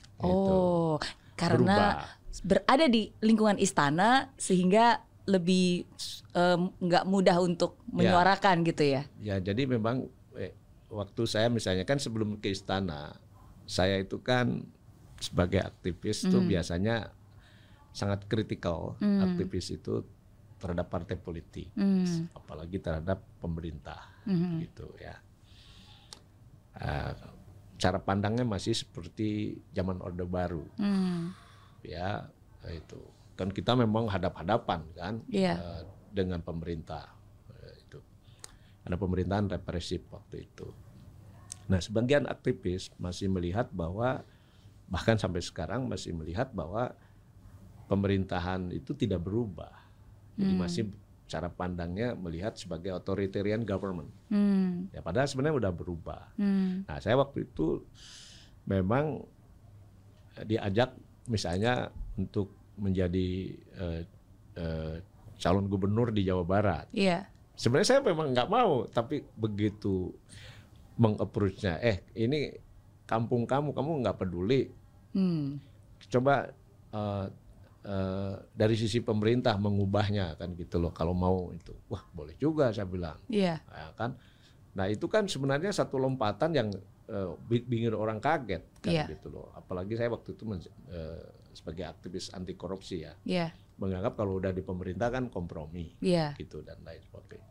Karena berada di lingkungan istana sehingga lebih nggak mudah untuk menyuarakan gitu ya? Ya jadi memang waktu saya misalnya kan sebelum ke istana, saya itu kan sebagai aktivis tuh biasanya sangat kritikal, aktivis itu terhadap partai politik, apalagi terhadap pemerintah, gitu ya. Cara pandangnya masih seperti zaman Orde Baru, ya itu kan kita memang hadap-hadapan kan dengan pemerintah, itu ada pemerintahan represif waktu itu. Nah sebagian aktivis masih melihat bahwa, bahkan sampai sekarang masih melihat bahwa pemerintahan itu tidak berubah. Jadi masih cara pandangnya melihat sebagai authoritarian government. Ya padahal sebenarnya udah berubah. Nah saya waktu itu memang diajak misalnya untuk menjadi calon gubernur di Jawa Barat. Sebenarnya saya memang nggak mau, tapi begitu meng-approach-nya, ini kampung kamu nggak peduli. Coba dari sisi pemerintah mengubahnya kan gitu loh, kalau mau itu. Wah boleh juga saya bilang. Ya, kan? Nah itu kan sebenarnya satu lompatan yang bikin orang kaget kan gitu loh. Apalagi saya waktu itu sebagai aktivis anti korupsi ya, menganggap kalau udah di pemerintah kan kompromi gitu dan lain sebagainya.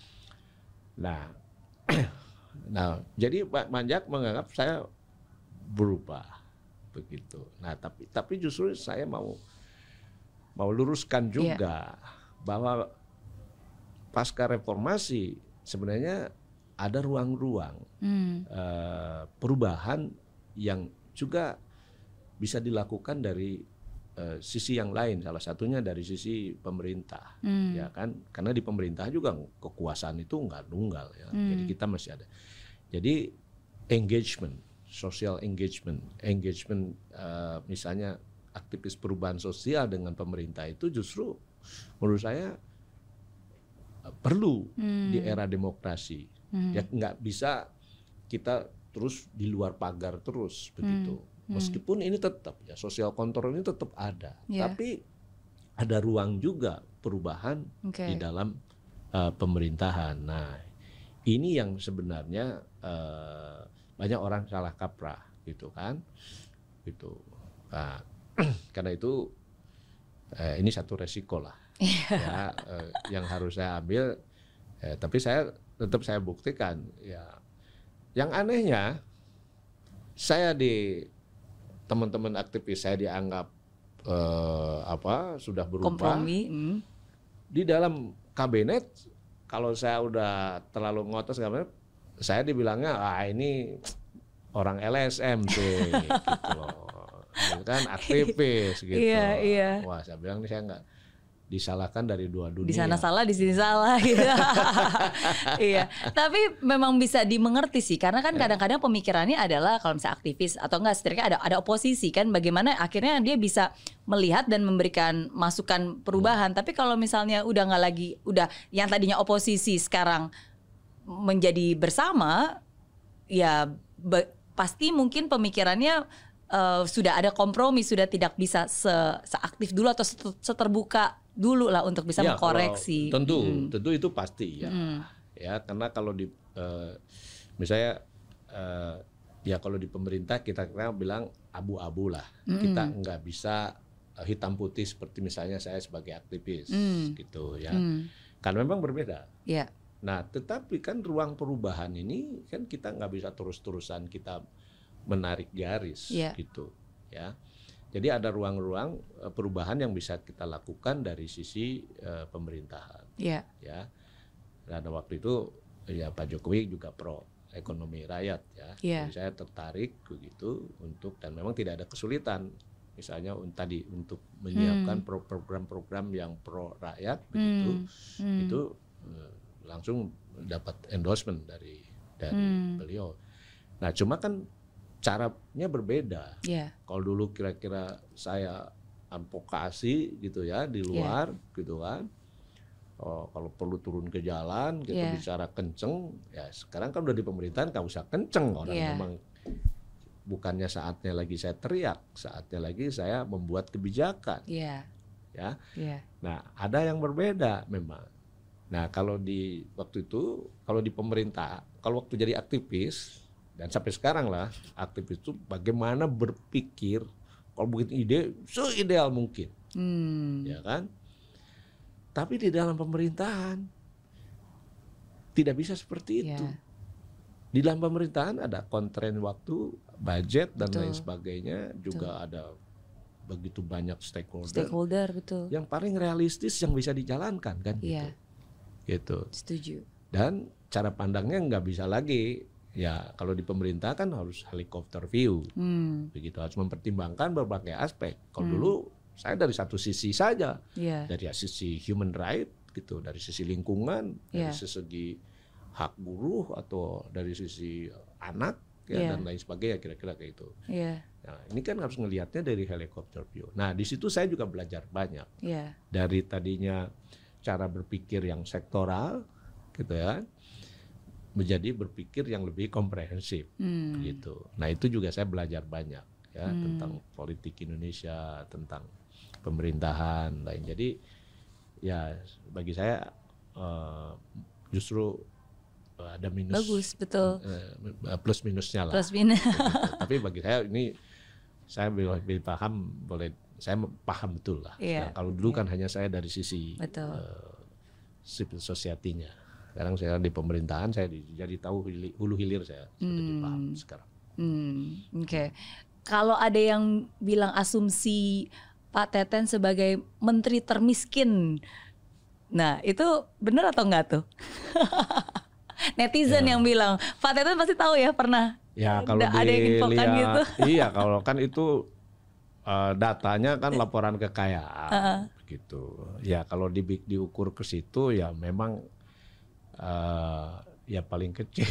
Nah jadi Pak Manjak menganggap saya berubah begitu. Nah tapi justru saya mau luruskan juga bahwa pasca reformasi sebenarnya ada ruang-ruang perubahan yang juga bisa dilakukan dari sisi yang lain, salah satunya dari sisi pemerintah, ya kan, karena di pemerintah juga kekuasaan itu nggak tunggal ya, jadi kita masih ada. Jadi engagement, social engagement, misalnya aktivis perubahan sosial dengan pemerintah itu justru menurut saya perlu di era demokrasi. Ya nggak bisa kita terus di luar pagar terus begitu. Meskipun ini tetap ya social control ini tetap ada, tapi ada ruang juga perubahan di dalam pemerintahan. Nah ini yang sebenarnya banyak orang salah kaprah gitu kan, gitu. Nah, karena itu ini satu resiko lah ya, yang harus saya ambil, tapi tetap saya buktikan ya. Yang anehnya saya di teman-teman aktivis saya dianggap sudah berubah, kompromi. di dalam kabinet kalau saya udah terlalu ngotos kabinet, saya dibilangnya ini orang LSM sih gitu loh. Gitu kan aktivis gitu. Iya. Wah, saya bilang nih saya nggak disalahkan dari dua dunia. Di sana salah, di sini salah gitu. Iya. Tapi memang bisa dimengerti sih, karena kan kadang-kadang pemikirannya adalah kalau misalnya aktivis atau enggak setidaknya ada oposisi kan, bagaimana akhirnya dia bisa melihat dan memberikan masukan perubahan. Tapi kalau misalnya udah nggak lagi, udah yang tadinya oposisi sekarang menjadi bersama, ya pasti mungkin pemikirannya sudah ada kompromi, sudah tidak bisa seaktif dulu atau seterbuka dulu lah untuk bisa mengkoreksi. Tentu itu pasti ya. Ya karena kalau di misalnya ya kalau di pemerintah kita bilang abu-abu lah. Kita nggak bisa hitam putih seperti misalnya saya sebagai aktivis gitu ya. Karena memang berbeda. Yeah. Nah, tetapi kan ruang perubahan ini kan kita nggak bisa terus-terusan kita menarik garis gitu ya. Jadi ada ruang-ruang perubahan yang bisa kita lakukan dari sisi pemerintahan. Ya. Dan waktu itu ya Pak Jokowi juga pro ekonomi rakyat ya. Jadi saya tertarik begitu untuk, dan memang tidak ada kesulitan. Misalnya tadi untuk menyiapkan program-program yang pro rakyat begitu, itu langsung dapat endorsement dari beliau. Nah, cuma kan caranya berbeda. Kalau dulu kira-kira saya advokasi gitu ya di luar gitu kan. Kalau perlu turun ke jalan kita bicara kenceng, ya sekarang kan udah di pemerintahan nggak usah kenceng, orang memang bukannya saatnya lagi saya teriak, saatnya lagi saya membuat kebijakan. Ya. Nah, ada yang berbeda memang. Nah, kalau di waktu itu, kalau di pemerintah, kalau waktu jadi aktivis dan sampai sekarang lah, aktivis itu bagaimana berpikir kalau bikin ide seideal mungkin, ya kan? Tapi di dalam pemerintahan tidak bisa seperti itu. Di dalam pemerintahan ada kontren waktu, budget dan lain sebagainya, juga ada begitu banyak stakeholder betul. Yang paling realistis yang bisa dijalankan kan gitu. Setuju. Dan cara pandangnya nggak bisa lagi. Ya kalau di pemerintah kan harus helikopter view, begitu, harus mempertimbangkan berbagai aspek. Kalau dulu saya dari satu sisi saja, dari sisi human right, gitu, dari sisi lingkungan, dari segi hak buruh atau dari sisi anak, dan lain sebagainya, kira-kira kayak itu. Nah, ini kan harus ngelihatnya dari helikopter view. Nah di situ saya juga belajar banyak dari tadinya cara berpikir yang sektoral, gitu ya. Menjadi berpikir yang lebih komprehensif gitu. Nah itu juga saya belajar banyak ya tentang politik Indonesia, tentang pemerintahan lain. Jadi ya bagi saya justru ada minus. Bagus, betul. Plus minusnya lah. Plus minus. Tapi bagi saya ini saya lebih paham, saya paham betul lah. Nah, kalau dulu kan hanya saya dari sisi civil society-nya. Sekarang saya di pemerintahan, saya jadi tahu hulu hilir, saya sudah lebih paham sekarang. Oke. Kalau ada yang bilang asumsi Pak Teten sebagai menteri termiskin, nah itu benar atau enggak tuh? Netizen yang bilang, Pak Teten pasti tahu ya, pernah. Ya kalau ada yang infokan gitu. Iya, kalau kan itu datanya kan laporan kekayaan, gitu. Ya kalau diukur ke situ ya memang ya paling kecil.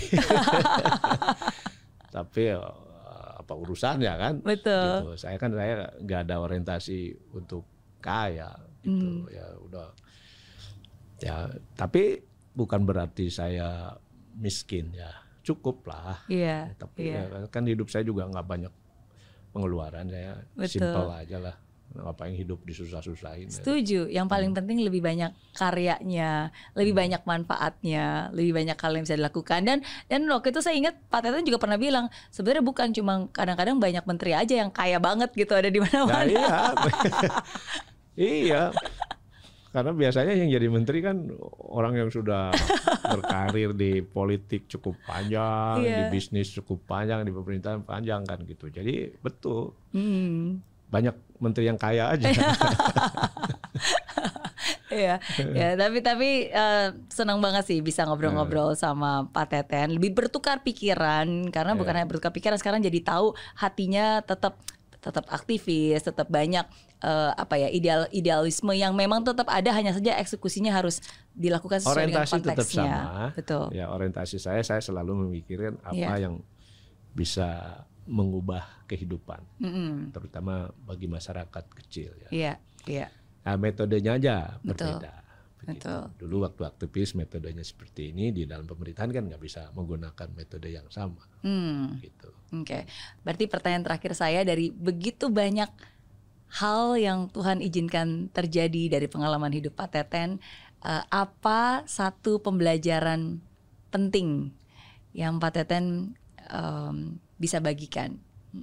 Tapi apa urusannya kan? Betul. Gitu. Saya nggak ada orientasi untuk kaya gitu. Ya udah. Ya tapi bukan berarti saya miskin ya. Cukup lah. Tapi ya, kan hidup saya juga nggak banyak pengeluaran, saya simple aja lah. Ngapain hidup disusah-susahin. Setuju. Yang paling penting lebih banyak karyanya, lebih banyak manfaatnya, lebih banyak hal yang bisa dilakukan. Dan waktu itu saya ingat Pak Teten juga pernah bilang, sebenarnya bukan cuma kadang-kadang banyak menteri aja yang kaya banget gitu, ada di mana-mana. Nah, iya. Karena biasanya yang jadi menteri kan orang yang sudah berkarir di politik cukup panjang, di bisnis cukup panjang, di pemerintahan panjang kan gitu. Jadi betul. Banyak menteri yang kaya aja. Iya, ya, tapi senang banget sih bisa ngobrol-ngobrol sama Pak Teten, lebih bertukar pikiran karena bukan hanya bertukar pikiran, sekarang jadi tahu hatinya tetap aktivis, tetap banyak idealisme yang memang tetap ada, hanya saja eksekusinya harus dilakukan sesuai dengan konteksnya. Orientasi tetap sama. Betul. Ya, orientasi saya selalu memikirkan apa yang bisa mengubah kehidupan, terutama bagi masyarakat kecil. Ya. Iya. Nah, metodenya aja berbeda. Betul. Dulu waktu aktivis metodenya seperti ini, di dalam pemerintahan kan nggak bisa menggunakan metode yang sama. Gitu. Oke. Berarti pertanyaan terakhir saya, dari begitu banyak hal yang Tuhan izinkan terjadi dari pengalaman hidup Pak Teten, apa satu pembelajaran penting yang Pak Teten bisa bagikan?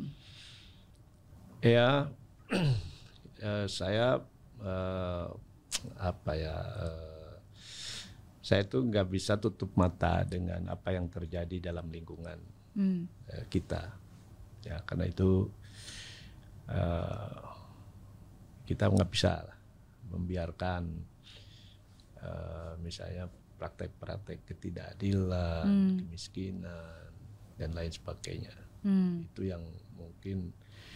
Ya, saya saya itu nggak bisa tutup mata dengan apa yang terjadi dalam lingkungan kita, ya, karena itu kita nggak bisa membiarkan misalnya praktek-praktek ketidakadilan, kemiskinan dan lain sebagainya. Itu yang mungkin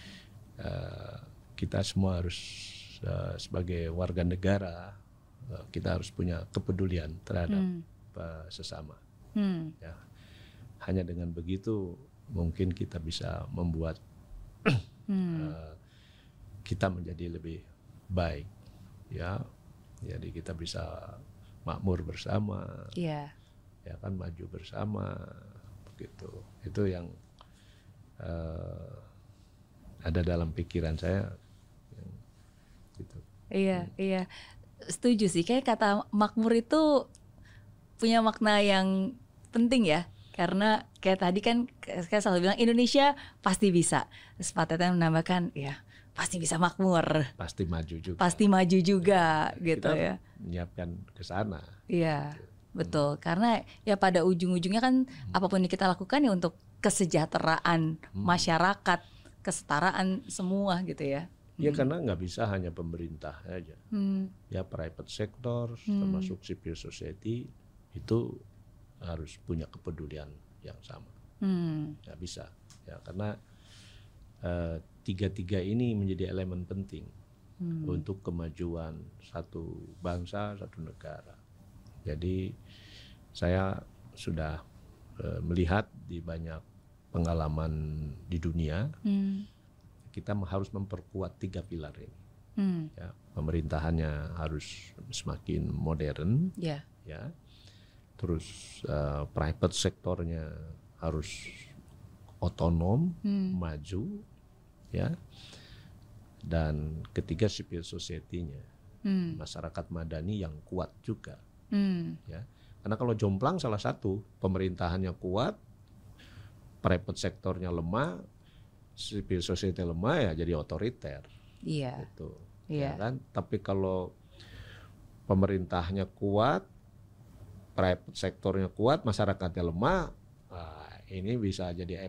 kita semua harus sebagai warga negara, kita harus punya kepedulian terhadap sesama. Ya, hanya dengan begitu mungkin kita bisa membuat kita menjadi lebih baik. Ya, jadi kita bisa makmur bersama, ya kan, maju bersama, begitu. Itu yang ada dalam pikiran saya. Gitu. Iya, setuju sih. Kayak kata makmur itu punya makna yang penting ya. Karena kayak tadi kan saya selalu bilang Indonesia pasti bisa. Terus Pak Teten menambahkan, ya pasti bisa makmur. Pasti maju juga. Pasti maju juga, gitu kita ya. Menyiapkan ke sana. Iya, betul. Karena ya pada ujung-ujungnya kan apapun yang kita lakukan ya untuk kesejahteraan masyarakat, kesetaraan semua gitu ya. Ya, karena nggak bisa hanya pemerintah aja. Ya, private sector termasuk civil society itu harus punya kepedulian yang sama. Nggak bisa. Ya, karena tiga-tiga ini menjadi elemen penting untuk kemajuan satu bangsa, satu negara. Jadi saya sudah melihat di banyak pengalaman di dunia, kita harus memperkuat tiga pilar ini. Ya, pemerintahannya harus semakin modern, ya. Terus private sektornya harus otonom, maju, ya. Dan ketiga civil society-nya, masyarakat madani yang kuat juga, ya. Karena kalau jomplang salah satu, pemerintahannya kuat, private sektornya lemah, civil society lemah, ya jadi otoriter. Iya. Gitu. Ya kan? Tapi kalau pemerintahnya kuat, private sektornya kuat, masyarakatnya lemah, ini bisa jadi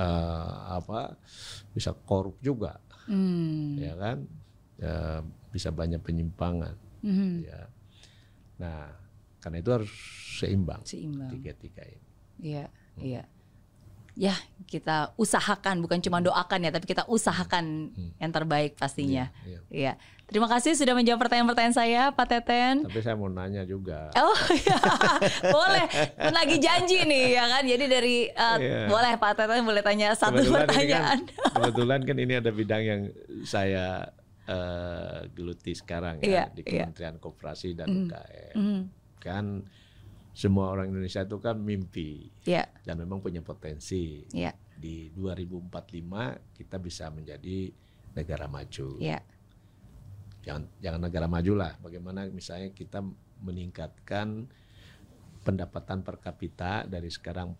bisa korup juga, ya kan? Ya, bisa banyak penyimpangan. Ya. Nah, karena itu harus seimbang. Tiga-tiga ini. Iya. Ya, kita usahakan, bukan cuma doakan ya, tapi kita usahakan yang terbaik pastinya. Iya. Terima kasih sudah menjawab pertanyaan-pertanyaan saya, Pak Teten. Tapi saya mau nanya juga. Oh iya, boleh. Lagi janji nih, ya kan. Jadi dari boleh Pak Teten boleh tanya satu pertanyaan. Kebetulan kan ini ada bidang yang saya geluti sekarang ya, di Kementerian Koperasi dan UKM. Kan semua orang Indonesia itu kan mimpi dan memang punya potensi. Di 2045 kita bisa menjadi negara maju. Jangan negara maju lah. Bagaimana misalnya kita meningkatkan pendapatan per kapita dari sekarang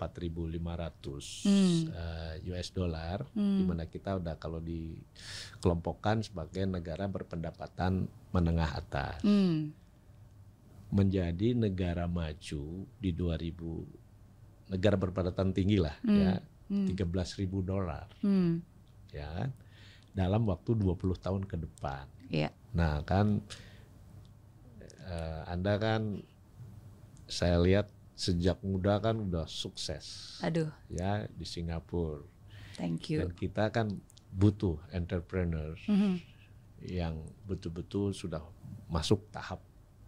4.500 US dollar, di mana kita udah kalau dikelompokkan sebagai negara berpendapatan menengah atas. Menjadi negara maju di 2000, negara berpendapatan tinggi lah, ya, $13.000, ya kan, dalam waktu 20 tahun ke depan. Nah kan Anda kan saya lihat sejak muda kan udah sukses. Aduh. Ya di Singapura. Thank you. Dan kita kan butuh entrepreneur yang betul-betul sudah masuk tahap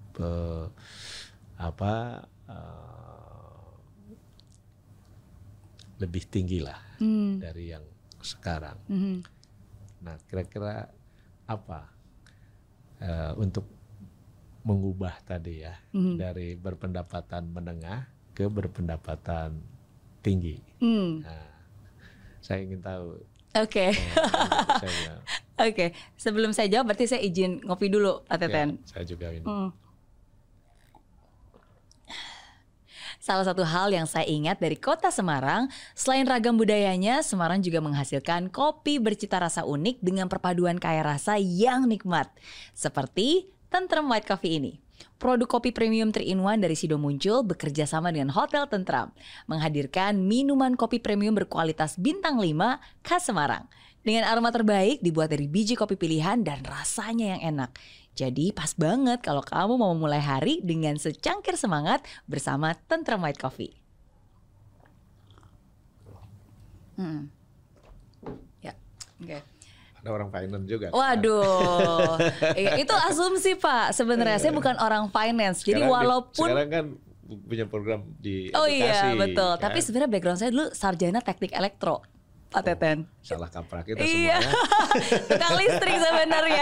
lebih tinggi lah dari yang sekarang. Nah, kira-kira apa untuk mengubah tadi ya dari berpendapatan menengah ke berpendapatan tinggi? Nah, saya ingin tahu. Oke. Oke. Sebelum saya jawab, berarti saya izin ngopi dulu, Pak Teten. Ya, saya juga ini. Salah satu hal yang saya ingat dari kota Semarang, selain ragam budayanya, Semarang juga menghasilkan kopi bercita rasa unik dengan perpaduan kaya rasa yang nikmat. Seperti Tentrem White Coffee ini. Produk kopi premium 3-in-1 dari Sido muncul bekerja sama dengan Hotel Tentram, menghadirkan minuman kopi premium berkualitas bintang 5 khas Semarang. Dengan aroma terbaik dibuat dari biji kopi pilihan dan rasanya yang enak. Jadi pas banget kalau kamu mau memulai hari dengan secangkir semangat bersama Tentrem White Coffee. Ya, oke. Ada orang finance juga. Waduh, itu asumsi Pak. Sebenarnya saya bukan orang finance. Jadi walaupun sekarang kan punya program di edukasi. Oh iya betul. Kan? Tapi sebenarnya background saya dulu sarjana teknik elektro. Pak Teten. Salah kaprah kita iya. semuanya. Tukang listrik sebenarnya.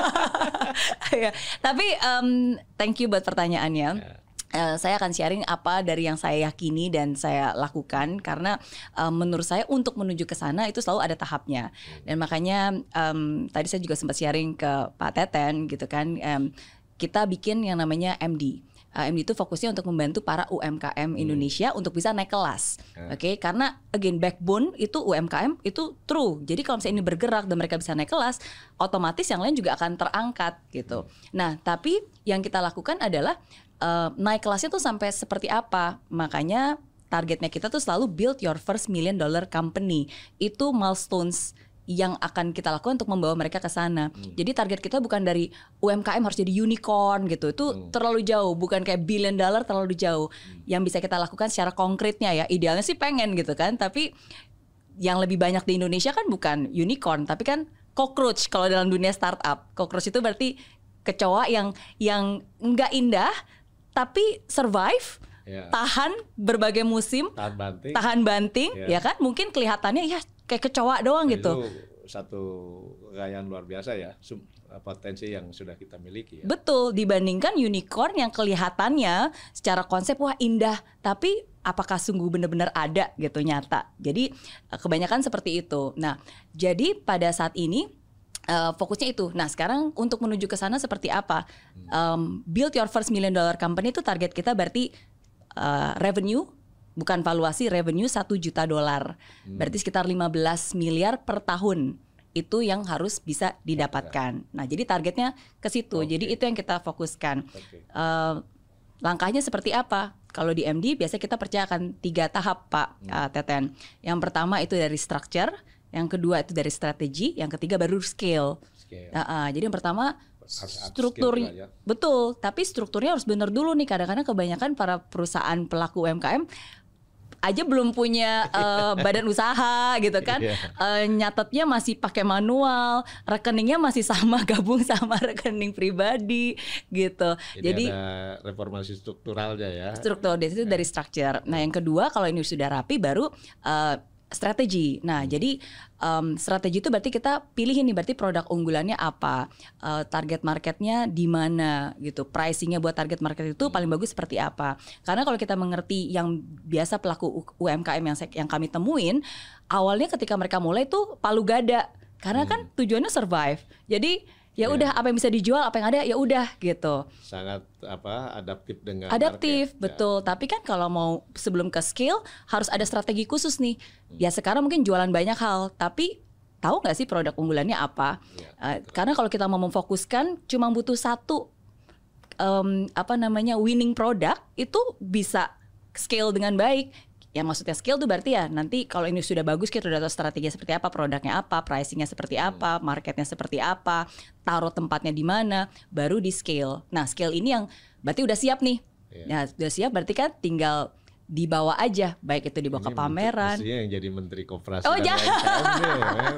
Tapi thank you buat pertanyaannya. Saya akan sharing apa dari yang saya yakini dan saya lakukan karena menurut saya untuk menuju ke sana itu selalu ada tahapnya. Dan makanya tadi saya juga sempat sharing ke Pak Teten gitu kan. Kita bikin yang namanya MD. MD itu fokusnya untuk membantu para UMKM Indonesia untuk bisa naik kelas. Oke, karena again backbone itu UMKM itu true. Jadi kalau misalnya ini bergerak dan mereka bisa naik kelas, otomatis yang lain juga akan terangkat gitu. Nah, tapi yang kita lakukan adalah naik kelasnya tuh sampai seperti apa. Makanya targetnya kita tuh selalu build your first $1 million company. Itu milestones yang akan kita lakukan untuk membawa mereka ke sana. Jadi target kita bukan dari UMKM harus jadi unicorn gitu. Itu terlalu jauh, bukan kayak $1 billion terlalu jauh. Yang bisa kita lakukan secara konkretnya ya, idealnya sih pengen gitu kan. Tapi yang lebih banyak di Indonesia kan bukan unicorn, tapi kan cockroach kalau dalam dunia startup. Cockroach itu berarti kecoa yang enggak indah tapi survive. Tahan berbagai musim, tahan banting, ya kan? Mungkin kelihatannya ya kayak kecoa doang gitu. Itu satu kekayaan luar biasa ya, potensi yang sudah kita miliki. Ya. Betul, dibandingkan unicorn yang kelihatannya secara konsep wah indah, tapi apakah sungguh benar-benar ada gitu nyata. Jadi kebanyakan seperti itu. Nah, jadi pada saat ini fokusnya itu. Nah sekarang untuk menuju ke sana seperti apa? Build your first $1 million company itu target kita berarti revenue, bukan valuasi, revenue $1 juta. Berarti sekitar 15 miliar per tahun. Itu yang harus bisa didapatkan. Nah jadi targetnya ke situ. Jadi itu yang kita fokuskan. Langkahnya seperti apa? Kalau di MD biasanya kita percayakan 3 tahap Pak Teten. Yang pertama itu dari structure, yang kedua itu dari strategi, yang ketiga baru scale. Jadi yang pertama strukturnya ya. Betul, tapi strukturnya harus benar dulu nih. Kadang-kadang kebanyakan para perusahaan pelaku UMKM aja belum punya badan usaha gitu kan. Nyatetnya masih pakai manual, rekeningnya masih sama, gabung sama rekening pribadi gitu. Jadi ada reformasi strukturalnya ya. Struktur itu dari structure. Nah yang kedua kalau ini sudah rapi baru strategi. Nah, jadi strategi itu berarti kita pilih ini berarti produk unggulannya apa, target marketnya di mana gitu, pricingnya buat target market itu paling bagus seperti apa. Karena kalau kita mengerti yang biasa pelaku UMKM yang kami temuin, awalnya ketika mereka mulai tuh palu gada, karena kan tujuannya survive. Jadi ya udah apa yang bisa dijual, apa yang ada ya udah gitu. Sangat adaptif dengan adaptif market. Betul. Tapi kan kalau mau sebelum ke scale harus ada strategi khusus nih. Ya sekarang mungkin jualan banyak hal, tapi tahu nggak sih produk unggulannya apa? Karena kalau kita mau memfokuskan cuma butuh satu winning product itu bisa scale dengan baik. Ya maksudnya scale tuh berarti ya nanti kalau ini sudah bagus kita udah tahu strateginya seperti apa, produknya apa, pricingnya seperti apa, marketnya seperti apa, taruh tempatnya di mana, baru di scale. Nah scale ini yang berarti udah siap nih. Nah udah siap berarti kan tinggal dibawa aja, baik itu dibawa ke pameran. Mestinya yang jadi Menteri Koperasi dan UMKM.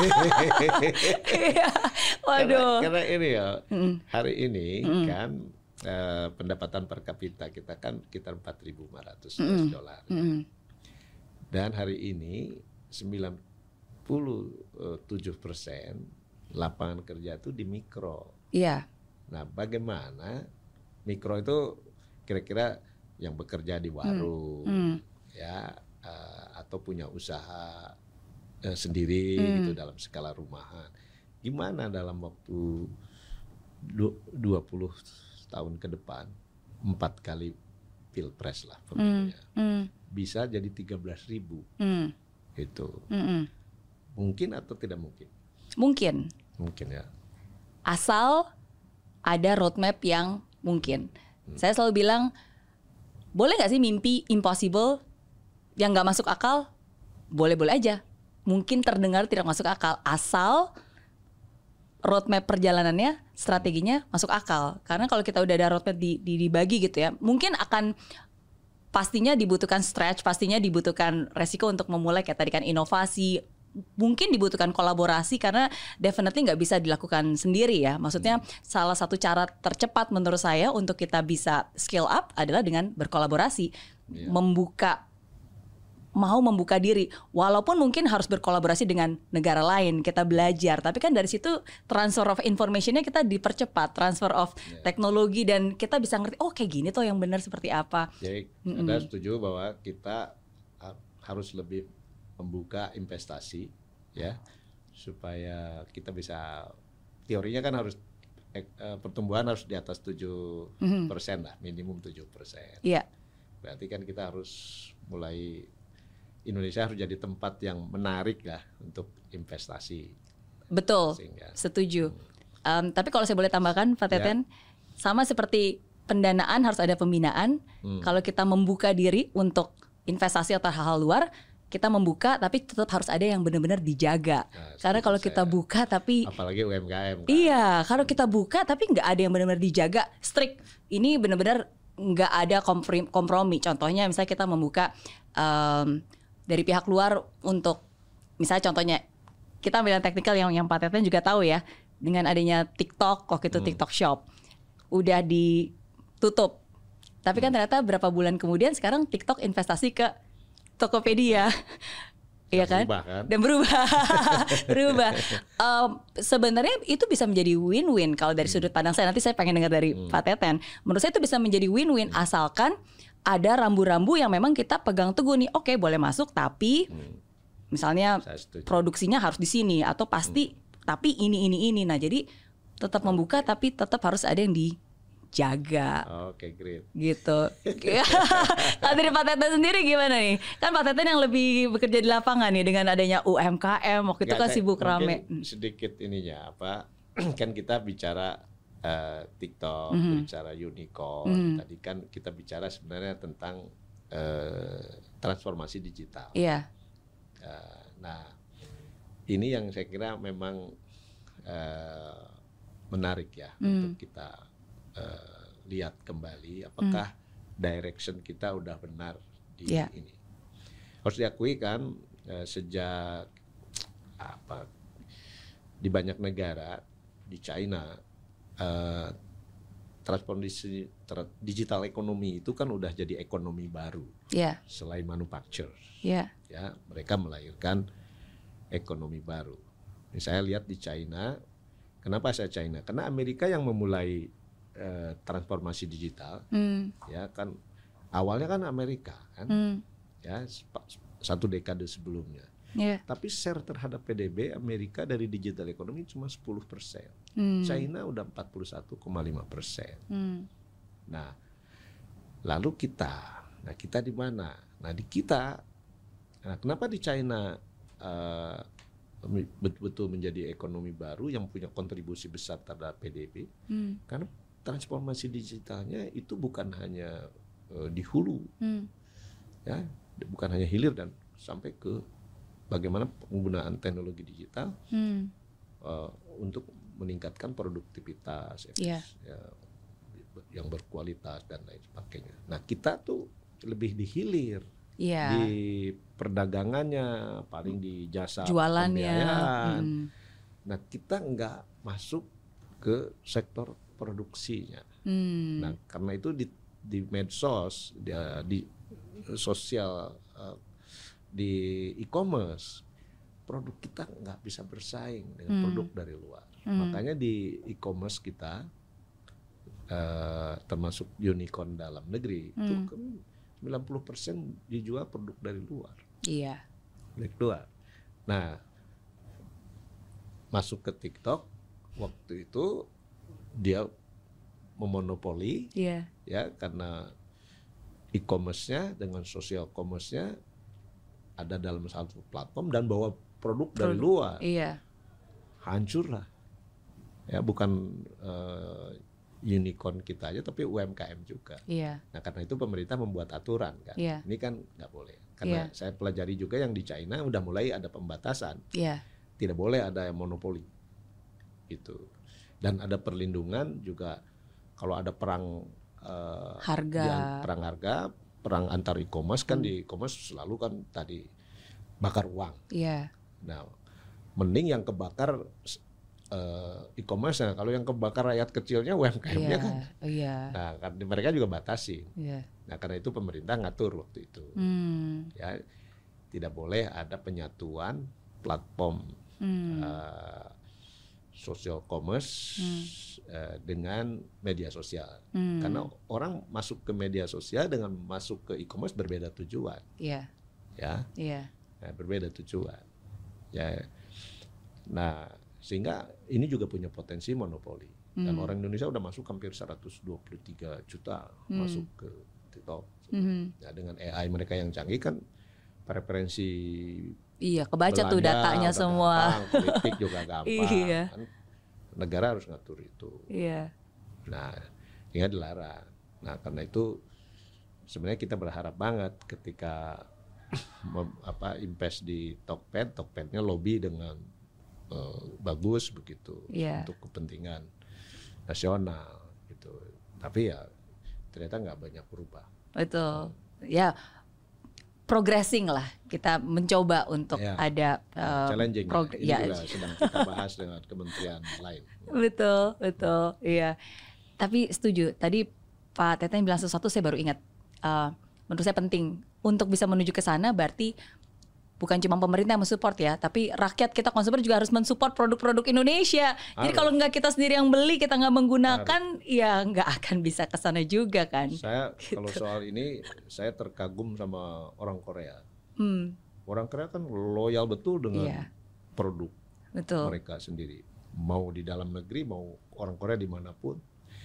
Waduh. Karena ini ya, hari ini kan pendapatan per kapita kita kan sekitar 4.500 dolar. Dan hari ini 97% lapangan kerja itu di mikro. Iya. Nah, bagaimana mikro itu kira-kira yang bekerja di warung, ya, atau punya usaha sendiri gitu dalam skala rumahan. Gimana dalam waktu 20 tahun ke depan 4 kali pilpres lah pemilunya bisa jadi 13.000 gitu. Mungkin atau tidak mungkin? Mungkin ya. Asal ada roadmap yang mungkin. Saya selalu bilang boleh nggak sih mimpi impossible yang nggak masuk akal? Boleh-boleh aja. Mungkin terdengar tidak masuk akal asal roadmap perjalanannya, strateginya masuk akal. Karena kalau kita udah ada roadmap dibagi gitu ya, mungkin akan pastinya dibutuhkan stretch, pastinya dibutuhkan resiko untuk memulai kayak tadi kan inovasi, mungkin dibutuhkan kolaborasi karena definitely nggak bisa dilakukan sendiri ya. Maksudnya salah satu cara tercepat menurut saya untuk kita bisa scale up adalah dengan berkolaborasi, mau membuka diri, walaupun mungkin harus berkolaborasi dengan negara lain, kita belajar, tapi kan dari situ transfer of informationnya kita dipercepat, transfer of teknologi dan kita bisa ngerti, oh kayak gini tuh yang benar seperti apa. Jadi Anda setuju bahwa kita harus lebih membuka investasi ya, supaya kita bisa, teorinya kan harus pertumbuhan harus di atas 7% lah, minimum 7%. Iya. Berarti kan kita harus mulai, Indonesia harus jadi tempat yang menarik lah untuk investasi. Betul, setuju. Tapi kalau saya boleh tambahkan, Pak Teten, sama seperti pendanaan harus ada pembinaan. Kalau kita membuka diri untuk investasi atau hal-hal luar, kita membuka tapi tetap harus ada yang benar-benar dijaga. Karena kalau kita buka tapi apalagi UMKM. Kan? Iya, kalau kita buka tapi nggak ada yang benar-benar dijaga, strict. Ini benar-benar nggak ada kompromi. Contohnya misalnya kita membuka dari pihak luar untuk misalnya contohnya kita ambil yang teknikal yang Pak Teten juga tahu ya, dengan adanya TikTok waktu itu TikTok Shop udah ditutup, tapi kan ternyata berapa bulan kemudian sekarang TikTok investasi ke Tokopedia. Iya kan? Dan berubah. Sebenarnya itu bisa menjadi win-win kalau dari sudut pandang saya. Nanti saya pengen dengar dari Pak Teten. Menurut saya itu bisa menjadi win-win asalkan ada rambu-rambu yang memang kita pegang teguh nih. Oke, boleh masuk tapi misalnya produksinya harus di sini atau pasti tapi ini. Nah, jadi tetap membuka tapi tetap harus ada yang dijaga. Oke, great. Gitu. Kalau dari Pak Teten sendiri gimana nih? Kan Pak Teten yang lebih bekerja di lapangan nih dengan adanya UMKM waktu itu kan sibuk rame. Sedikit ininya apa? Kan kita bicara TikTok, bicara unicorn. Tadi kan kita bicara sebenarnya tentang transformasi digital. Iya. Nah, ini yang saya kira memang menarik ya untuk kita lihat kembali apakah direction kita udah benar di ini. Harus diakui kan sejak di banyak negara, di China transformasi digital ekonomi itu kan udah jadi ekonomi baru selain manufacture. Ya, mereka melahirkan ekonomi baru. Ini saya lihat di China. Kenapa saya China? Karena Amerika yang memulai transformasi digital. Ya kan awalnya kan Amerika kan, ya 1 dekade sebelumnya. Tapi share terhadap PDB Amerika dari digital ekonomi cuma 10%. China udah 41,5%. Nah, lalu kita di mana? Nah, di kita. Nah, kenapa di China betul-betul menjadi ekonomi baru yang punya kontribusi besar terhadap PDB? Karena transformasi digitalnya itu bukan hanya di hulu, ya, bukan hanya hilir dan sampai ke bagaimana penggunaan teknologi digital untuk meningkatkan produktivitas yang berkualitas dan lain sebagainya. Nah kita tuh lebih di hilir, di perdagangannya, paling di jasa jualannya. Nah kita nggak masuk ke sektor produksinya. Nah karena itu di medsos, di sosial, di e-commerce, produk kita nggak bisa bersaing dengan produk dari luar. Makanya di e-commerce kita, termasuk unicorn dalam negeri, itu kan 90% dijual produk dari luar. Iya. Dari luar. Nah, masuk ke TikTok waktu itu dia memonopoli, ya karena e-commerce-nya dengan social commerce-nya ada dalam satu platform dan bawa produk dari luar. Iya. Hancurlah. Ya bukan unicorn kita aja tapi UMKM juga. Iya. Nah karena itu pemerintah membuat aturan kan. Iya. Ini kan nggak boleh. Karena saya pelajari juga yang di China udah mulai ada pembatasan. Iya. Tidak boleh ada yang monopoli. Gitu. Dan ada perlindungan juga kalau ada perang harga. Perang antar e-commerce kan di e-commerce selalu kan tadi bakar uang. Iya. Nah, mending yang kebakar e-commerce. Kalau yang kebakar rakyat kecilnya UMKM-nya kan. Iya. Nah, kan mereka juga batasi. Iya. Nah, karena itu pemerintah ngatur waktu itu. Ya, tidak boleh ada penyatuan platform social commerce dengan media sosial. Karena orang masuk ke media sosial dengan masuk ke e-commerce berbeda tujuan. Iya. Ya. Iya. Nah, berbeda tujuan. Ya. Nah, sehingga ini juga punya potensi monopoli. Dan orang Indonesia udah masuk hampir 123 juta masuk ke TikTok. Nah, dengan AI mereka yang canggih kan preferensi kebaca belanja, tuh datanya semua. Gampang, politik juga gampang. Iya. Kan negara harus ngatur itu. Iya. Nah, ini dilarang. Nah, karena itu sebenarnya kita berharap banget ketika invest di Tokped-nya lobby dengan bagus begitu untuk kepentingan nasional gitu. Tapi ya ternyata nggak banyak berubah. Betul. Ya. Progressing lah, kita mencoba untuk ada challenging. Ini juga sedang kita bahas dengan kementerian lain. Betul, iya. Tapi setuju. Tadi Pak Teten bilang sesuatu saya baru ingat. Menurut saya penting untuk bisa menuju ke sana. Berarti bukan cuma pemerintah yang mensupport ya, tapi rakyat kita konsumer juga harus mensupport produk-produk Indonesia. Jadi kalau nggak kita sendiri yang beli, kita nggak menggunakan, ya nggak akan bisa ke sana juga kan. Saya gitu. Kalau soal ini saya terkagum sama orang Korea. Orang Korea kan loyal betul dengan produk mereka sendiri. Mau di dalam negeri, mau orang Korea dimanapun.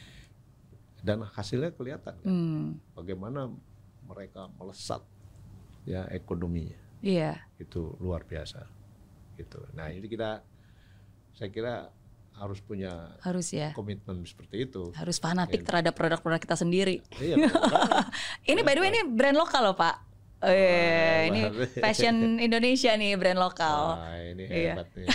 Dan hasilnya kelihatan kan. Bagaimana mereka melesat ya ekonominya. Iya. Itu luar biasa. Gitu. Nah, ini saya kira harus punya komitmen seperti itu. Harus fanatik terhadap produk-produk kita sendiri. Iya. Ini by the way ini brand lokal loh, Pak. Ini fashion Indonesia nih, brand lokal. Wah, ini hebat nih.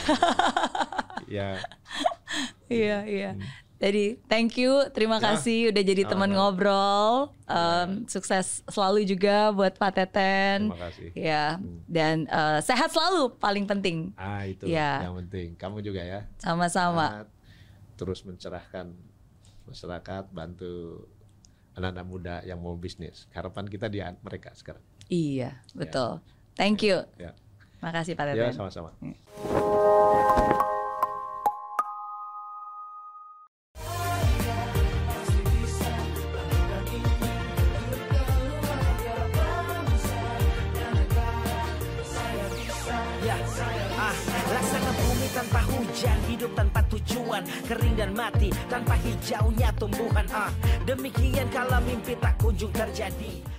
Iya. Jadi thank you, terima kasih udah jadi teman ngobrol. Sukses selalu juga buat Pak Teten. Terima kasih. Ya, dan sehat selalu paling penting. Itu yang penting. Kamu juga ya. Sama-sama. Terus mencerahkan masyarakat, bantu anak-anak muda yang mau bisnis. Harapan kita di mereka sekarang. Iya, betul. Thank you. Makasih Pak Teten. Ya, sama-sama. Tanpa hujan, hidup tanpa tujuan, kering dan mati tanpa hijaunya tumbuhan. Demikian kalau mimpi tak kunjung terjadi.